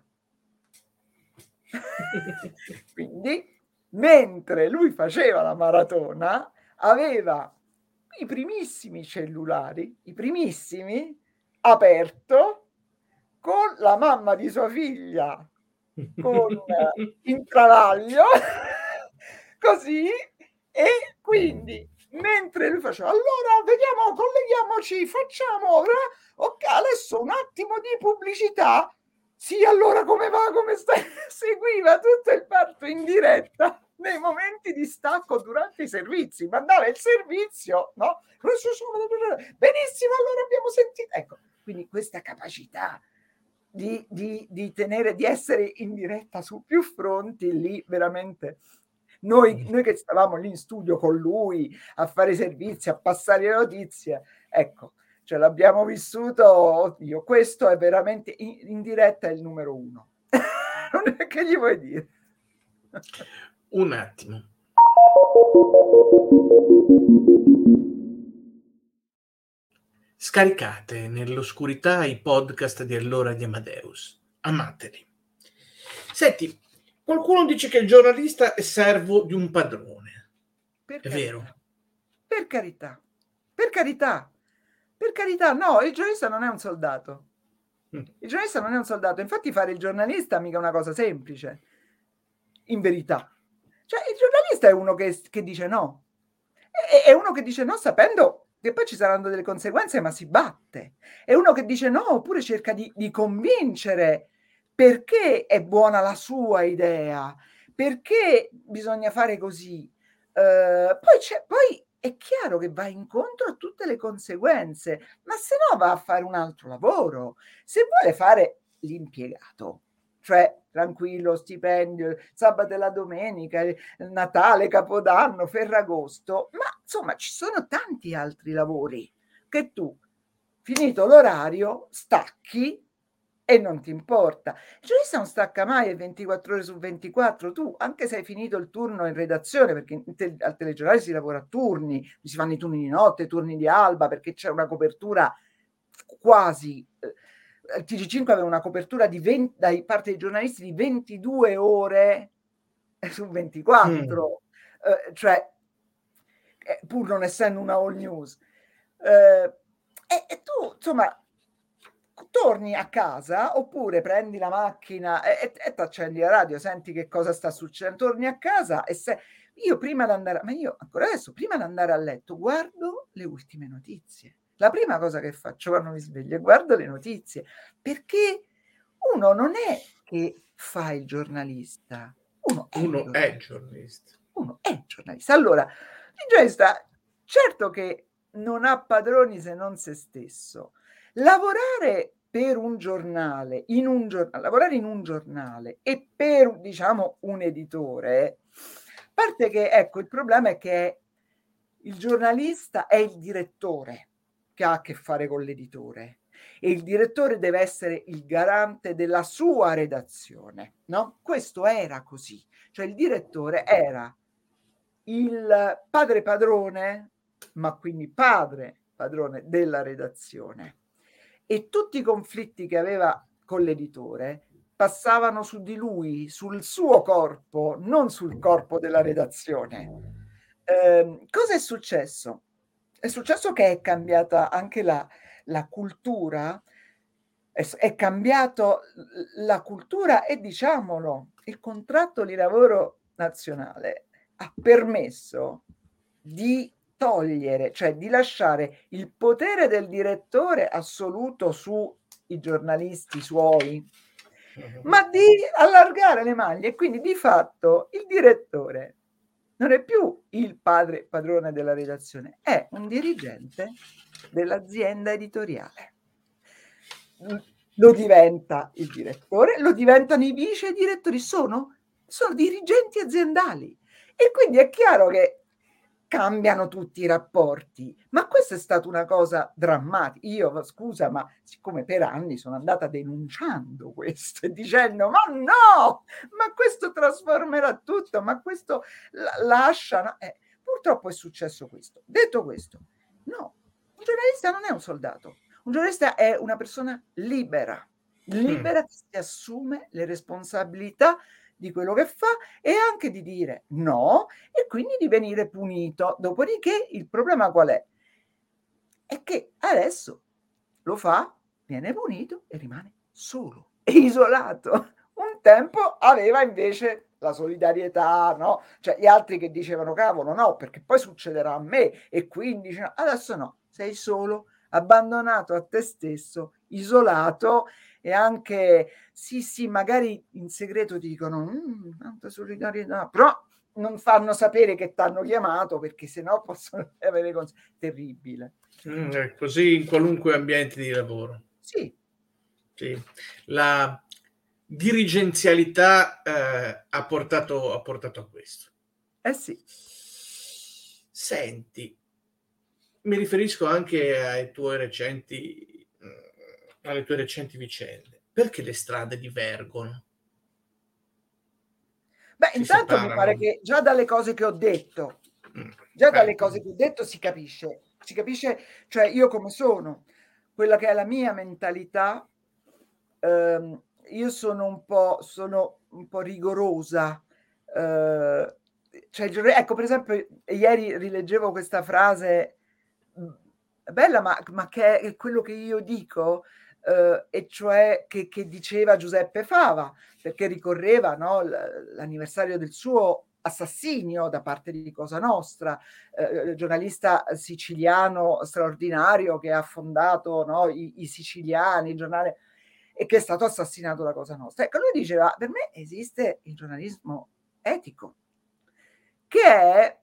Speaker 5: Quindi mentre lui faceva la maratona aveva i primissimi cellulari, i primissimi, aperto con la mamma di sua figlia con in travaglio così, e quindi mentre lui faceva allora vediamo, colleghiamoci, facciamo ora, ok, adesso un attimo di pubblicità, sì, allora come va, come stai? Seguiva tutto il parto in diretta nei momenti di stacco durante i servizi, mandava il servizio, no? Benissimo, allora abbiamo sentito, ecco, quindi questa capacità di, di, di tenere, di essere in diretta su più fronti, lì veramente noi, noi che stavamo lì in studio con lui a fare i servizi, a passare le notizie, ecco, cioè l'abbiamo vissuto, oddio, questo è veramente in, in diretta è il numero uno. Che gli vuoi dire?
Speaker 4: Un attimo. Scaricate nell'oscurità i podcast di Allora di Amadeus. Amateli. Senti, qualcuno dice che il giornalista è servo di un padrone.
Speaker 5: Per
Speaker 4: È
Speaker 5: carità.
Speaker 4: vero?
Speaker 5: Per carità. Per carità. Per carità, no, il giornalista non è un soldato. Il giornalista non è un soldato. Infatti fare il giornalista mica è una cosa semplice. In verità. Cioè, il giornalista è uno che, che dice no. È, è uno che dice no sapendo che poi ci saranno delle conseguenze, ma si batte. È uno che dice no, oppure cerca di, di convincere perché è buona la sua idea, perché bisogna fare così. Uh, poi, c'è, poi è chiaro che va incontro a tutte le conseguenze, ma se no va a fare un altro lavoro. Se vuole fare l'impiegato, cioè tranquillo, stipendio, sabato e la domenica, Natale, Capodanno, Ferragosto, ma insomma ci sono tanti altri lavori che tu, finito l'orario, stacchi e non ti importa. Il giornalista non stacca mai, è ventiquattro ore su ventiquattro, tu anche se hai finito il turno in redazione, perché te, al telegiornale si lavora a turni, si fanno i turni di notte, turni di alba, perché c'è una copertura quasi... Eh, il T G cinque aveva una copertura di venti, da parte dei giornalisti di ventidue ore su ventiquattro, mm. eh, cioè eh, pur non essendo una all news. Eh, e, e tu, insomma, torni a casa oppure prendi la macchina e, e, e ti accendi la radio, senti che cosa sta succedendo, torni a casa e se io prima di andare, ma io ancora adesso, prima di andare a letto, guardo le ultime notizie. La prima cosa che faccio quando mi sveglio è guardo le notizie, perché uno non è che fa il giornalista, uno è,
Speaker 4: uno
Speaker 5: giornalista.
Speaker 4: è giornalista.
Speaker 5: Uno è giornalista. Allora, il giornalista, certo che non ha padroni se non se stesso. Lavorare per un giornale, in un giornale, lavorare in un giornale e per, diciamo, un editore, a parte che, ecco, il problema è che il giornalista è il direttore che ha a che fare con l'editore e il direttore deve essere il garante della sua redazione, no? Questo era così, cioè il direttore era il padre padrone, ma quindi padre padrone della redazione, e tutti i conflitti che aveva con l'editore passavano su di lui, sul suo corpo, non sul corpo della redazione. Eh, cosa è successo? È successo che è cambiata anche la, la cultura, è, è cambiato la cultura e, diciamolo, il contratto di lavoro nazionale ha permesso di togliere, cioè di lasciare il potere del direttore assoluto sui giornalisti suoi, ma di allargare le maglie, e quindi di fatto il direttore non è più il padre padrone della redazione, è un dirigente dell'azienda editoriale. Lo diventa il direttore, lo diventano i vice direttori, sono, sono dirigenti aziendali. E quindi è chiaro che cambiano tutti i rapporti, ma questa è stata una cosa drammatica. Io, scusa, ma siccome per anni sono andata denunciando questo e dicendo ma no, ma questo trasformerà tutto, ma questo lascia, eh, purtroppo è successo questo. Detto questo, no, un giornalista non è un soldato, un giornalista è una persona libera, libera mm. che si assume le responsabilità di quello che fa e anche di dire no e quindi di venire punito. Dopodiché il problema qual è? È che adesso lo fa, viene punito e rimane solo e isolato. Un tempo aveva invece la solidarietà, no? Cioè gli altri che dicevano cavolo no, perché poi succederà a me, e quindi no. Adesso no, sei solo, abbandonato a te stesso, isolato, e anche sì sì magari in segreto ti dicono "Mm, tanta solidarietà", però non fanno sapere che t'hanno chiamato, perché sennò possono avere cose terribile.
Speaker 4: Mm, è così in qualunque ambiente di lavoro.
Speaker 5: Sì.
Speaker 4: Sì. La dirigenzialità eh, ha portato, ha portato a questo.
Speaker 5: Eh sì.
Speaker 4: Senti, mi riferisco anche ai tuoi recenti, mh, alle tue recenti vicende. Perché le strade divergono?
Speaker 5: Beh,
Speaker 4: Si
Speaker 5: intanto mi pare
Speaker 4: separano?
Speaker 5: che già dalle cose che ho detto,
Speaker 4: Mm,
Speaker 5: già dalle
Speaker 4: ecco.
Speaker 5: cose che ho detto si capisce, si capisce, cioè io come sono, quella che è la mia mentalità, ehm, io sono un po', sono un po' rigorosa. eh, cioè, il giorno- ecco, per esempio, ieri rileggevo questa frase mh, bella, ma, ma che è quello che io dico, eh, e cioè che, che diceva Giuseppe Fava, perché ricorreva, no, l- l'anniversario del suo assassinio da parte di Cosa Nostra, eh, giornalista siciliano straordinario che ha fondato, no, i, i Siciliani, il giornale, e che è stato assassinato da Cosa Nostra. Ecco, lui diceva, per me esiste il giornalismo etico, che è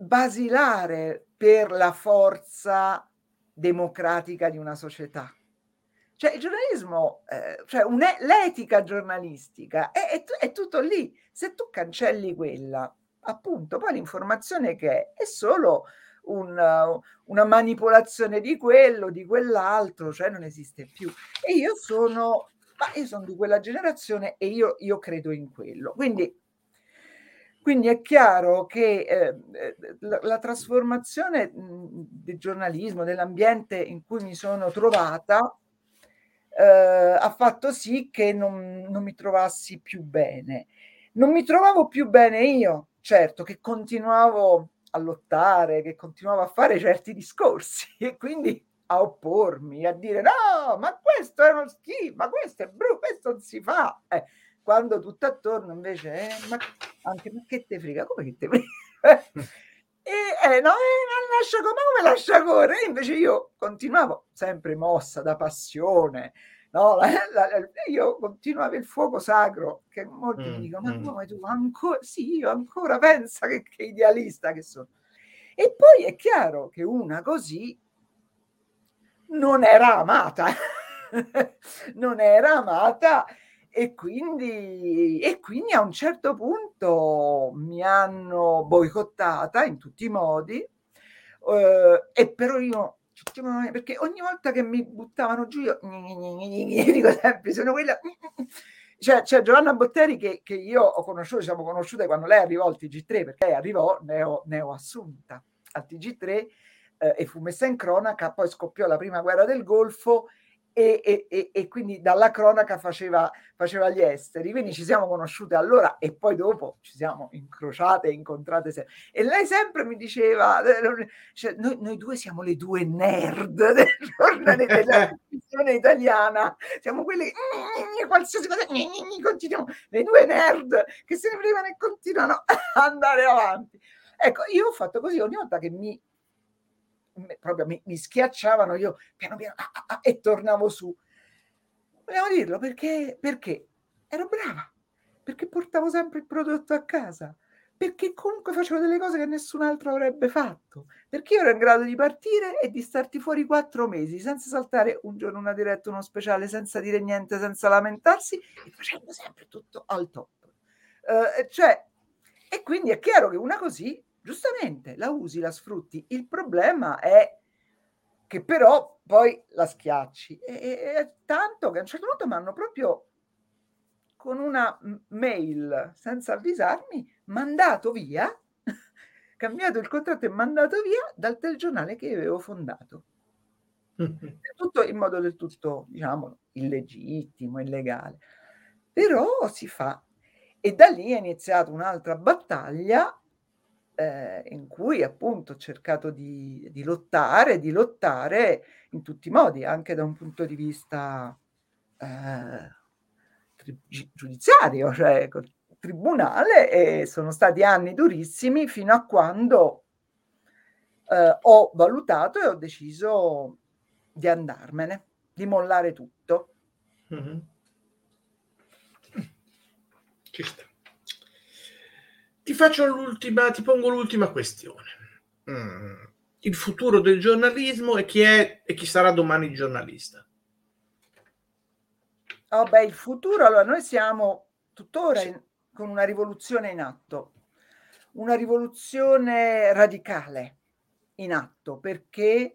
Speaker 5: basilare per la forza democratica di una società. Cioè il giornalismo, eh, cioè un'e- l'etica giornalistica è, è, è tutto lì. Se tu cancelli quella, appunto, poi l'informazione che è è solo un, uh, una manipolazione di quello, di quell'altro, cioè non esiste più. E io sono, ma io sono di quella generazione e io, io credo in quello. Quindi quindi è chiaro che eh, eh, la, la trasformazione mh, del giornalismo, dell'ambiente in cui mi sono trovata, eh, ha fatto sì che non, non mi trovassi più bene. Non mi trovavo più bene io, certo, che continuavo a lottare, che continuavo a fare certi discorsi e quindi a oppormi, a dire no, ma questo è uno schifo, ma questo è brutto, questo non si fa. Eh, quando tutto attorno invece, eh, ma anche ma che te frega, come che te frega? E eh, no, eh, lascia come, come lascia correre? Invece io continuavo sempre mossa da passione, no? La, la, la, io continuavo il fuoco sacro, che molti mi
Speaker 4: Mm,
Speaker 5: dicono, ma
Speaker 4: mm.
Speaker 5: come tu ancora, sì, io ancora pensa che, che idealista che sono. E poi è chiaro che una così non era amata, non era amata e quindi, e quindi a un certo punto mi hanno boicottata in tutti i modi, eh, e però io, perché ogni volta che mi buttavano giù io dico sempre, sono quella... C'è, c'è Giovanna Botteri che, che io ho conosciuto, siamo conosciute quando lei arrivò al T G tre, perché lei arrivò neo, neo assunta al T G tre, eh, e fu messa in cronaca, poi scoppiò la prima guerra del Golfo e, e, e, e quindi dalla cronaca faceva, faceva gli esteri, quindi ci siamo conosciute allora e poi dopo ci siamo incrociate e incontrate sempre. E lei sempre mi diceva, cioè, noi, noi due siamo le due nerd del giornale della televisione italiana, siamo quelle qualsiasi cosa continuiamo, le due nerd che se ne privano e continuano ad andare avanti. Ecco, io ho fatto così ogni volta che mi proprio mi, mi schiacciavano, io piano piano ah, ah, ah, e tornavo su. Vogliamo dirlo perché, perché ero brava, perché portavo sempre il prodotto a casa, perché comunque facevo delle cose che nessun altro avrebbe fatto, perché io ero in grado di partire e di starti fuori quattro mesi senza saltare un giorno una diretta, uno speciale, senza dire niente, senza lamentarsi e facendo sempre tutto al top. Uh, cioè, e quindi è chiaro che una così giustamente la usi, la sfrutti. Il problema è che però poi la schiacci. E, e tanto che a un certo punto mi hanno proprio con una mail, senza avvisarmi, mandato via, cambiato il contratto e mandato via dal telegiornale che avevo fondato. Tutto in modo del tutto, diciamo, illegittimo, illegale. Però si fa. E da lì è iniziata un'altra battaglia eh, in cui appunto ho cercato di, di lottare, di lottare in tutti i modi, anche da un punto di vista eh, tri- gi- giudiziario, cioè col tribunale, e sono stati anni durissimi fino a quando eh, ho valutato e ho deciso di andarmene, di mollare tutto.
Speaker 4: Mhm. Ci sta. Ti faccio l'ultima, ti pongo l'ultima questione. Mm. Il futuro del giornalismo e chi è e chi sarà domani giornalista?
Speaker 5: Oh beh, il futuro, allora noi siamo tuttora
Speaker 4: Sì.
Speaker 5: in- con una rivoluzione in atto, una rivoluzione radicale in atto, perché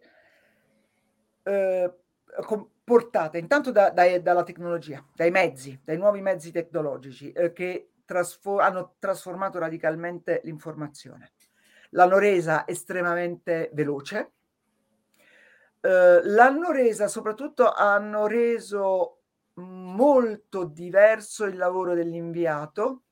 Speaker 5: eh, com- portata intanto da- dai- dalla tecnologia, dai mezzi, dai nuovi mezzi tecnologici eh, che trasfo- hanno trasformato radicalmente l'informazione. L'hanno resa estremamente veloce, eh, l'hanno resa, soprattutto hanno reso molto diverso il lavoro dell'inviato.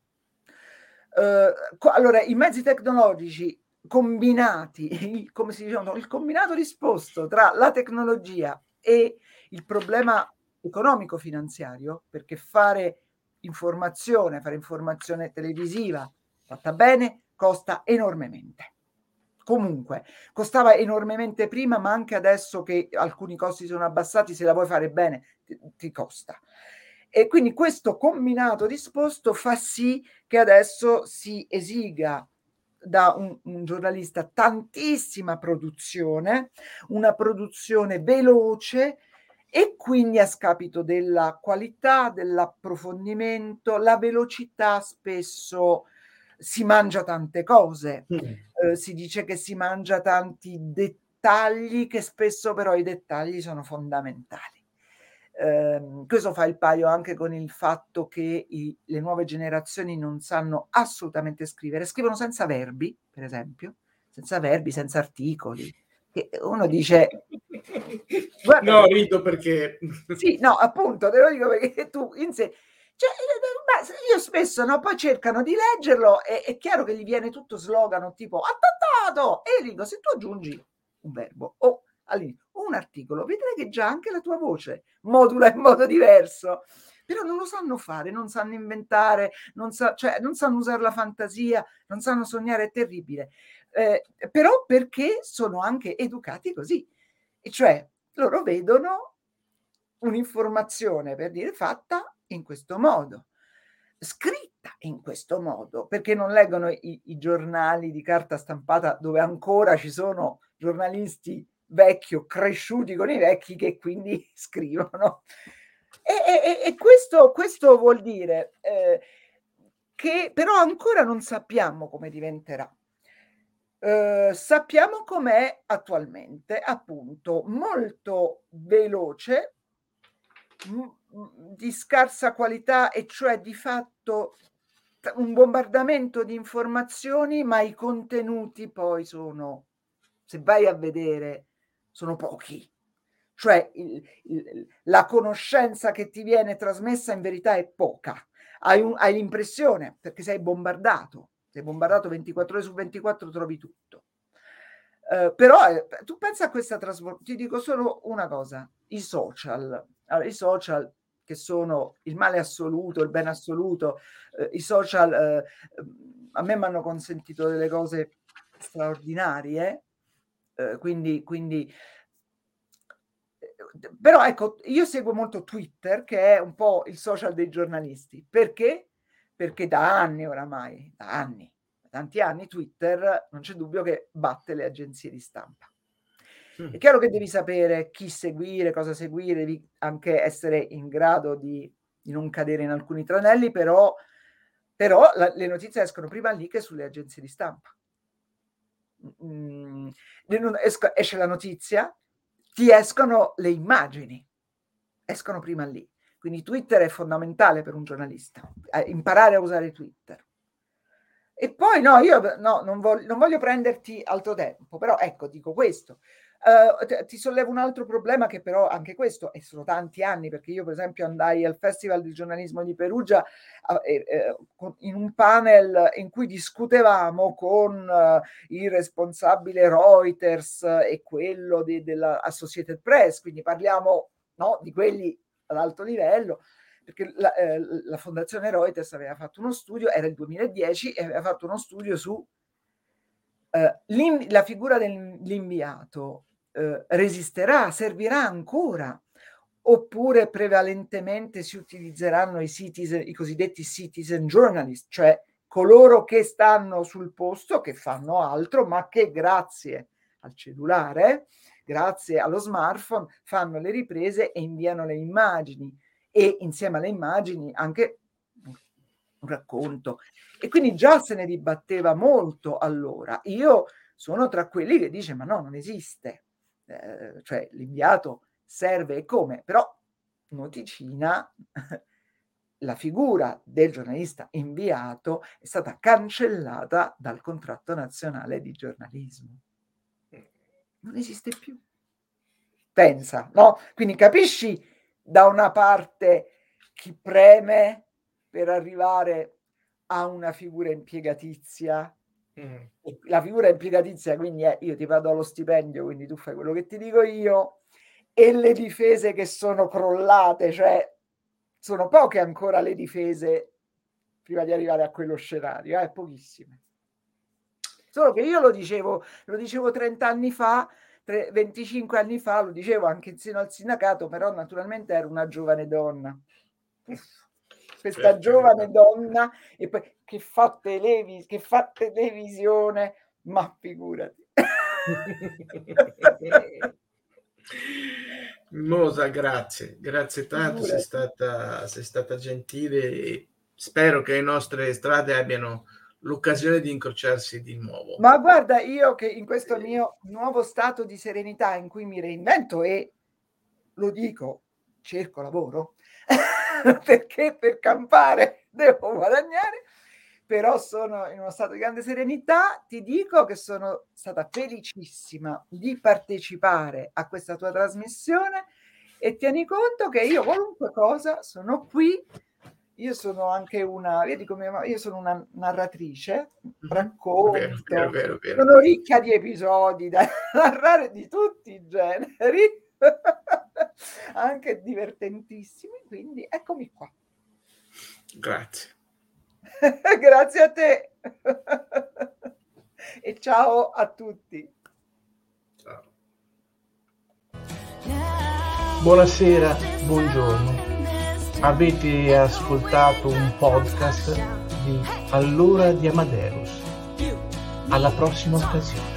Speaker 5: Eh, co- allora, i mezzi tecnologici combinati, il, come si dice, il combinato disposto tra la tecnologia e il problema economico-finanziario, perché fare informazione, fare informazione televisiva fatta bene, costa enormemente. Comunque, costava enormemente prima, ma anche adesso che alcuni costi sono abbassati, se la vuoi fare bene, ti, ti costa. E quindi questo combinato disposto fa sì che adesso si esiga da un, un giornalista tantissima produzione, una produzione veloce e quindi a scapito della qualità, dell'approfondimento, la velocità spesso si mangia tante cose.
Speaker 4: Mm.
Speaker 5: Eh, si dice che si mangia tanti dettagli, che spesso però i dettagli sono fondamentali. Eh, questo fa il paio anche con il fatto che i, le nuove generazioni non sanno assolutamente scrivere, scrivono senza verbi, per esempio, senza verbi, senza articoli. Che uno dice, guarda,
Speaker 4: No, rido perché
Speaker 5: sì, no, appunto, te lo dico perché tu in sé, cioè, ma io spesso, no, poi cercano di leggerlo e è chiaro che gli viene tutto slogan tipo attentato, e io dico, se tu aggiungi un verbo o all'inizio un articolo, vedrai che già anche la tua voce modula in modo diverso, però non lo sanno fare, non sanno inventare, non, sa, cioè, non sanno usare la fantasia, non sanno sognare, è terribile, eh, però perché sono anche educati così, e cioè loro vedono un'informazione, per dire, fatta in questo modo, scritta in questo modo, perché non leggono i, i giornali di carta stampata dove ancora ci sono giornalisti vecchi o cresciuti con i vecchi che quindi scrivono. E, e, e questo, questo vuol dire eh, che però ancora non sappiamo come diventerà. Uh, sappiamo com'è attualmente, appunto, molto veloce, m- di scarsa qualità, e cioè di fatto un bombardamento di informazioni, ma i contenuti poi sono, se vai a vedere, sono pochi. Cioè il, il, la conoscenza che ti viene trasmessa in verità è poca. Hai, un, hai l'impressione, perché sei bombardato, sei bombardato ventiquattro ore su ventiquattro, trovi tutto. Uh, però eh, tu pensa a questa trasformazione, ti dico solo una cosa, i social, allora, i social che sono il male assoluto, il bene assoluto, eh, i social eh, a me mi hanno consentito delle cose straordinarie, eh, quindi, quindi però ecco, io seguo molto Twitter, che è un po' il social dei giornalisti. Perché? Perché da anni oramai, da anni, da tanti anni, Twitter non c'è dubbio che batte le agenzie di stampa. È chiaro che devi sapere chi seguire, cosa seguire, devi anche essere in grado di, di non cadere in alcuni tranelli, però, però la, le notizie escono prima lì che sulle agenzie di stampa. Mm, esce la notizia, ti escono le immagini, escono prima lì. Quindi Twitter è fondamentale per un giornalista, imparare a usare Twitter. E poi no, io no, non, voglio, non voglio prenderti altro tempo, però ecco, dico questo. Uh, t- ti sollevo un altro problema che però anche questo, e sono tanti anni, perché io per esempio andai al Festival di giornalismo di Perugia uh, eh, eh, in un panel in cui discutevamo con uh, il responsabile Reuters e quello di, della Associated Press, quindi parliamo, no, di quelli ad alto livello, perché la, eh, la fondazione Reuters aveva fatto uno studio, era il duemiladieci, e aveva fatto uno studio su eh, la figura dell'inviato. Eh, resisterà, servirà ancora, oppure prevalentemente si utilizzeranno i citizen, i cosiddetti citizen journalist, cioè coloro che stanno sul posto, che fanno altro, ma che grazie al cellulare, grazie allo smartphone, fanno le riprese e inviano le immagini, e insieme alle immagini anche un racconto. E quindi già se ne dibatteva molto allora. Io sono tra quelli che dice ma no, non esiste. Eh, cioè l'inviato serve e come, però noticina, la figura del giornalista inviato è stata cancellata dal contratto nazionale di giornalismo, non esiste più, pensa, no? Quindi capisci da una parte chi preme per arrivare a una figura impiegatizia. Mm. La figura impiegatizia quindi è io ti vado allo stipendio, quindi tu fai quello che ti dico io, e le difese che sono crollate, cioè sono poche ancora le difese prima di arrivare a quello scenario, eh, pochissime. Solo che io lo dicevo, lo dicevo trenta anni fa, venticinque anni fa, lo dicevo anche insieme al sindacato, però naturalmente ero una giovane donna. Questa certo, giovane certo. donna e poi che fa, televis- che fa televisione, ma figurati.
Speaker 4: Mosa, grazie, grazie tanto, sei stata, sei stata gentile e spero che le nostre strade abbiano l'occasione di incrociarsi di nuovo.
Speaker 5: Ma guarda, io che in questo mio nuovo stato di serenità in cui mi reinvento e lo dico, cerco lavoro, perché per campare devo guadagnare, però sono in uno stato di grande serenità. Ti dico che sono stata felicissima di partecipare a questa tua trasmissione e tieni conto che io qualunque cosa sono qui. Io sono anche una, io dico, io sono una narratrice, racconto, vero, vero, vero, vero. Sono ricca di episodi da narrare di tutti i generi, anche divertentissimi, quindi eccomi qua.
Speaker 4: Grazie.
Speaker 5: Grazie a te. E ciao a tutti.
Speaker 4: Ciao. Buonasera, buongiorno. Avete ascoltato un podcast di All'ora di Amadeus. Alla prossima occasione.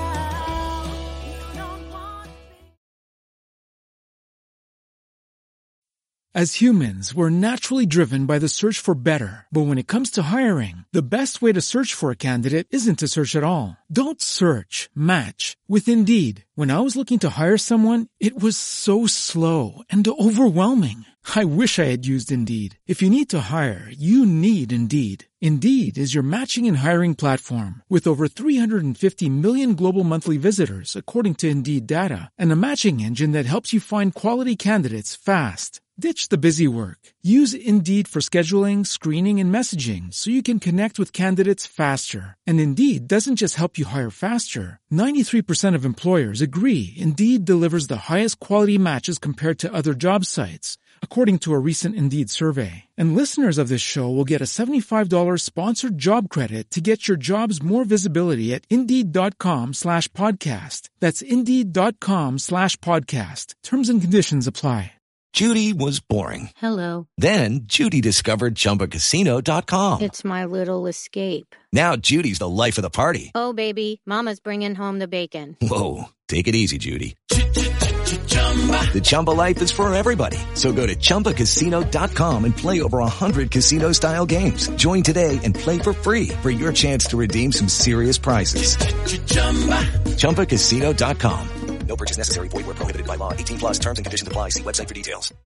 Speaker 1: As humans, we're naturally driven by the search for better. But when it comes to hiring, the best way to search for a candidate isn't to search at all. Don't search, match with Indeed. When I was looking to hire someone, it was so slow and overwhelming. I wish I had used Indeed. If you need to hire, you need Indeed. Indeed is your matching and hiring platform with over three hundred fifty million global monthly visitors, according to Indeed data, and a matching engine that helps you find quality candidates fast. Ditch the busy work. Use Indeed for scheduling, screening, and messaging so you can connect with candidates faster. And Indeed doesn't just help you hire faster. ninety-three percent of employers agree Indeed delivers the highest quality matches compared to other job sites, according to a recent Indeed survey. And listeners of this show will get a seventy-five dollars sponsored job credit to get your jobs more visibility at Indeed.com slash podcast. That's Indeed.com slash podcast. Terms and conditions apply.
Speaker 8: Judy was boring.
Speaker 9: Hello.
Speaker 8: Then Judy discovered Chumba Casino dot com.
Speaker 9: It's my little escape.
Speaker 8: Now Judy's the life of the party.
Speaker 9: Oh, baby, mama's bringing home the bacon.
Speaker 8: Whoa, take it easy, Judy. The Chumba life is for everybody. So go to Chumba Casino dot com and play over one hundred casino-style games. Join today and play for free for your chance to redeem some serious prizes. Chumba Casino dot com.
Speaker 7: No purchase necessary. Void where prohibited by law. eighteen plus terms and conditions apply. See website for details.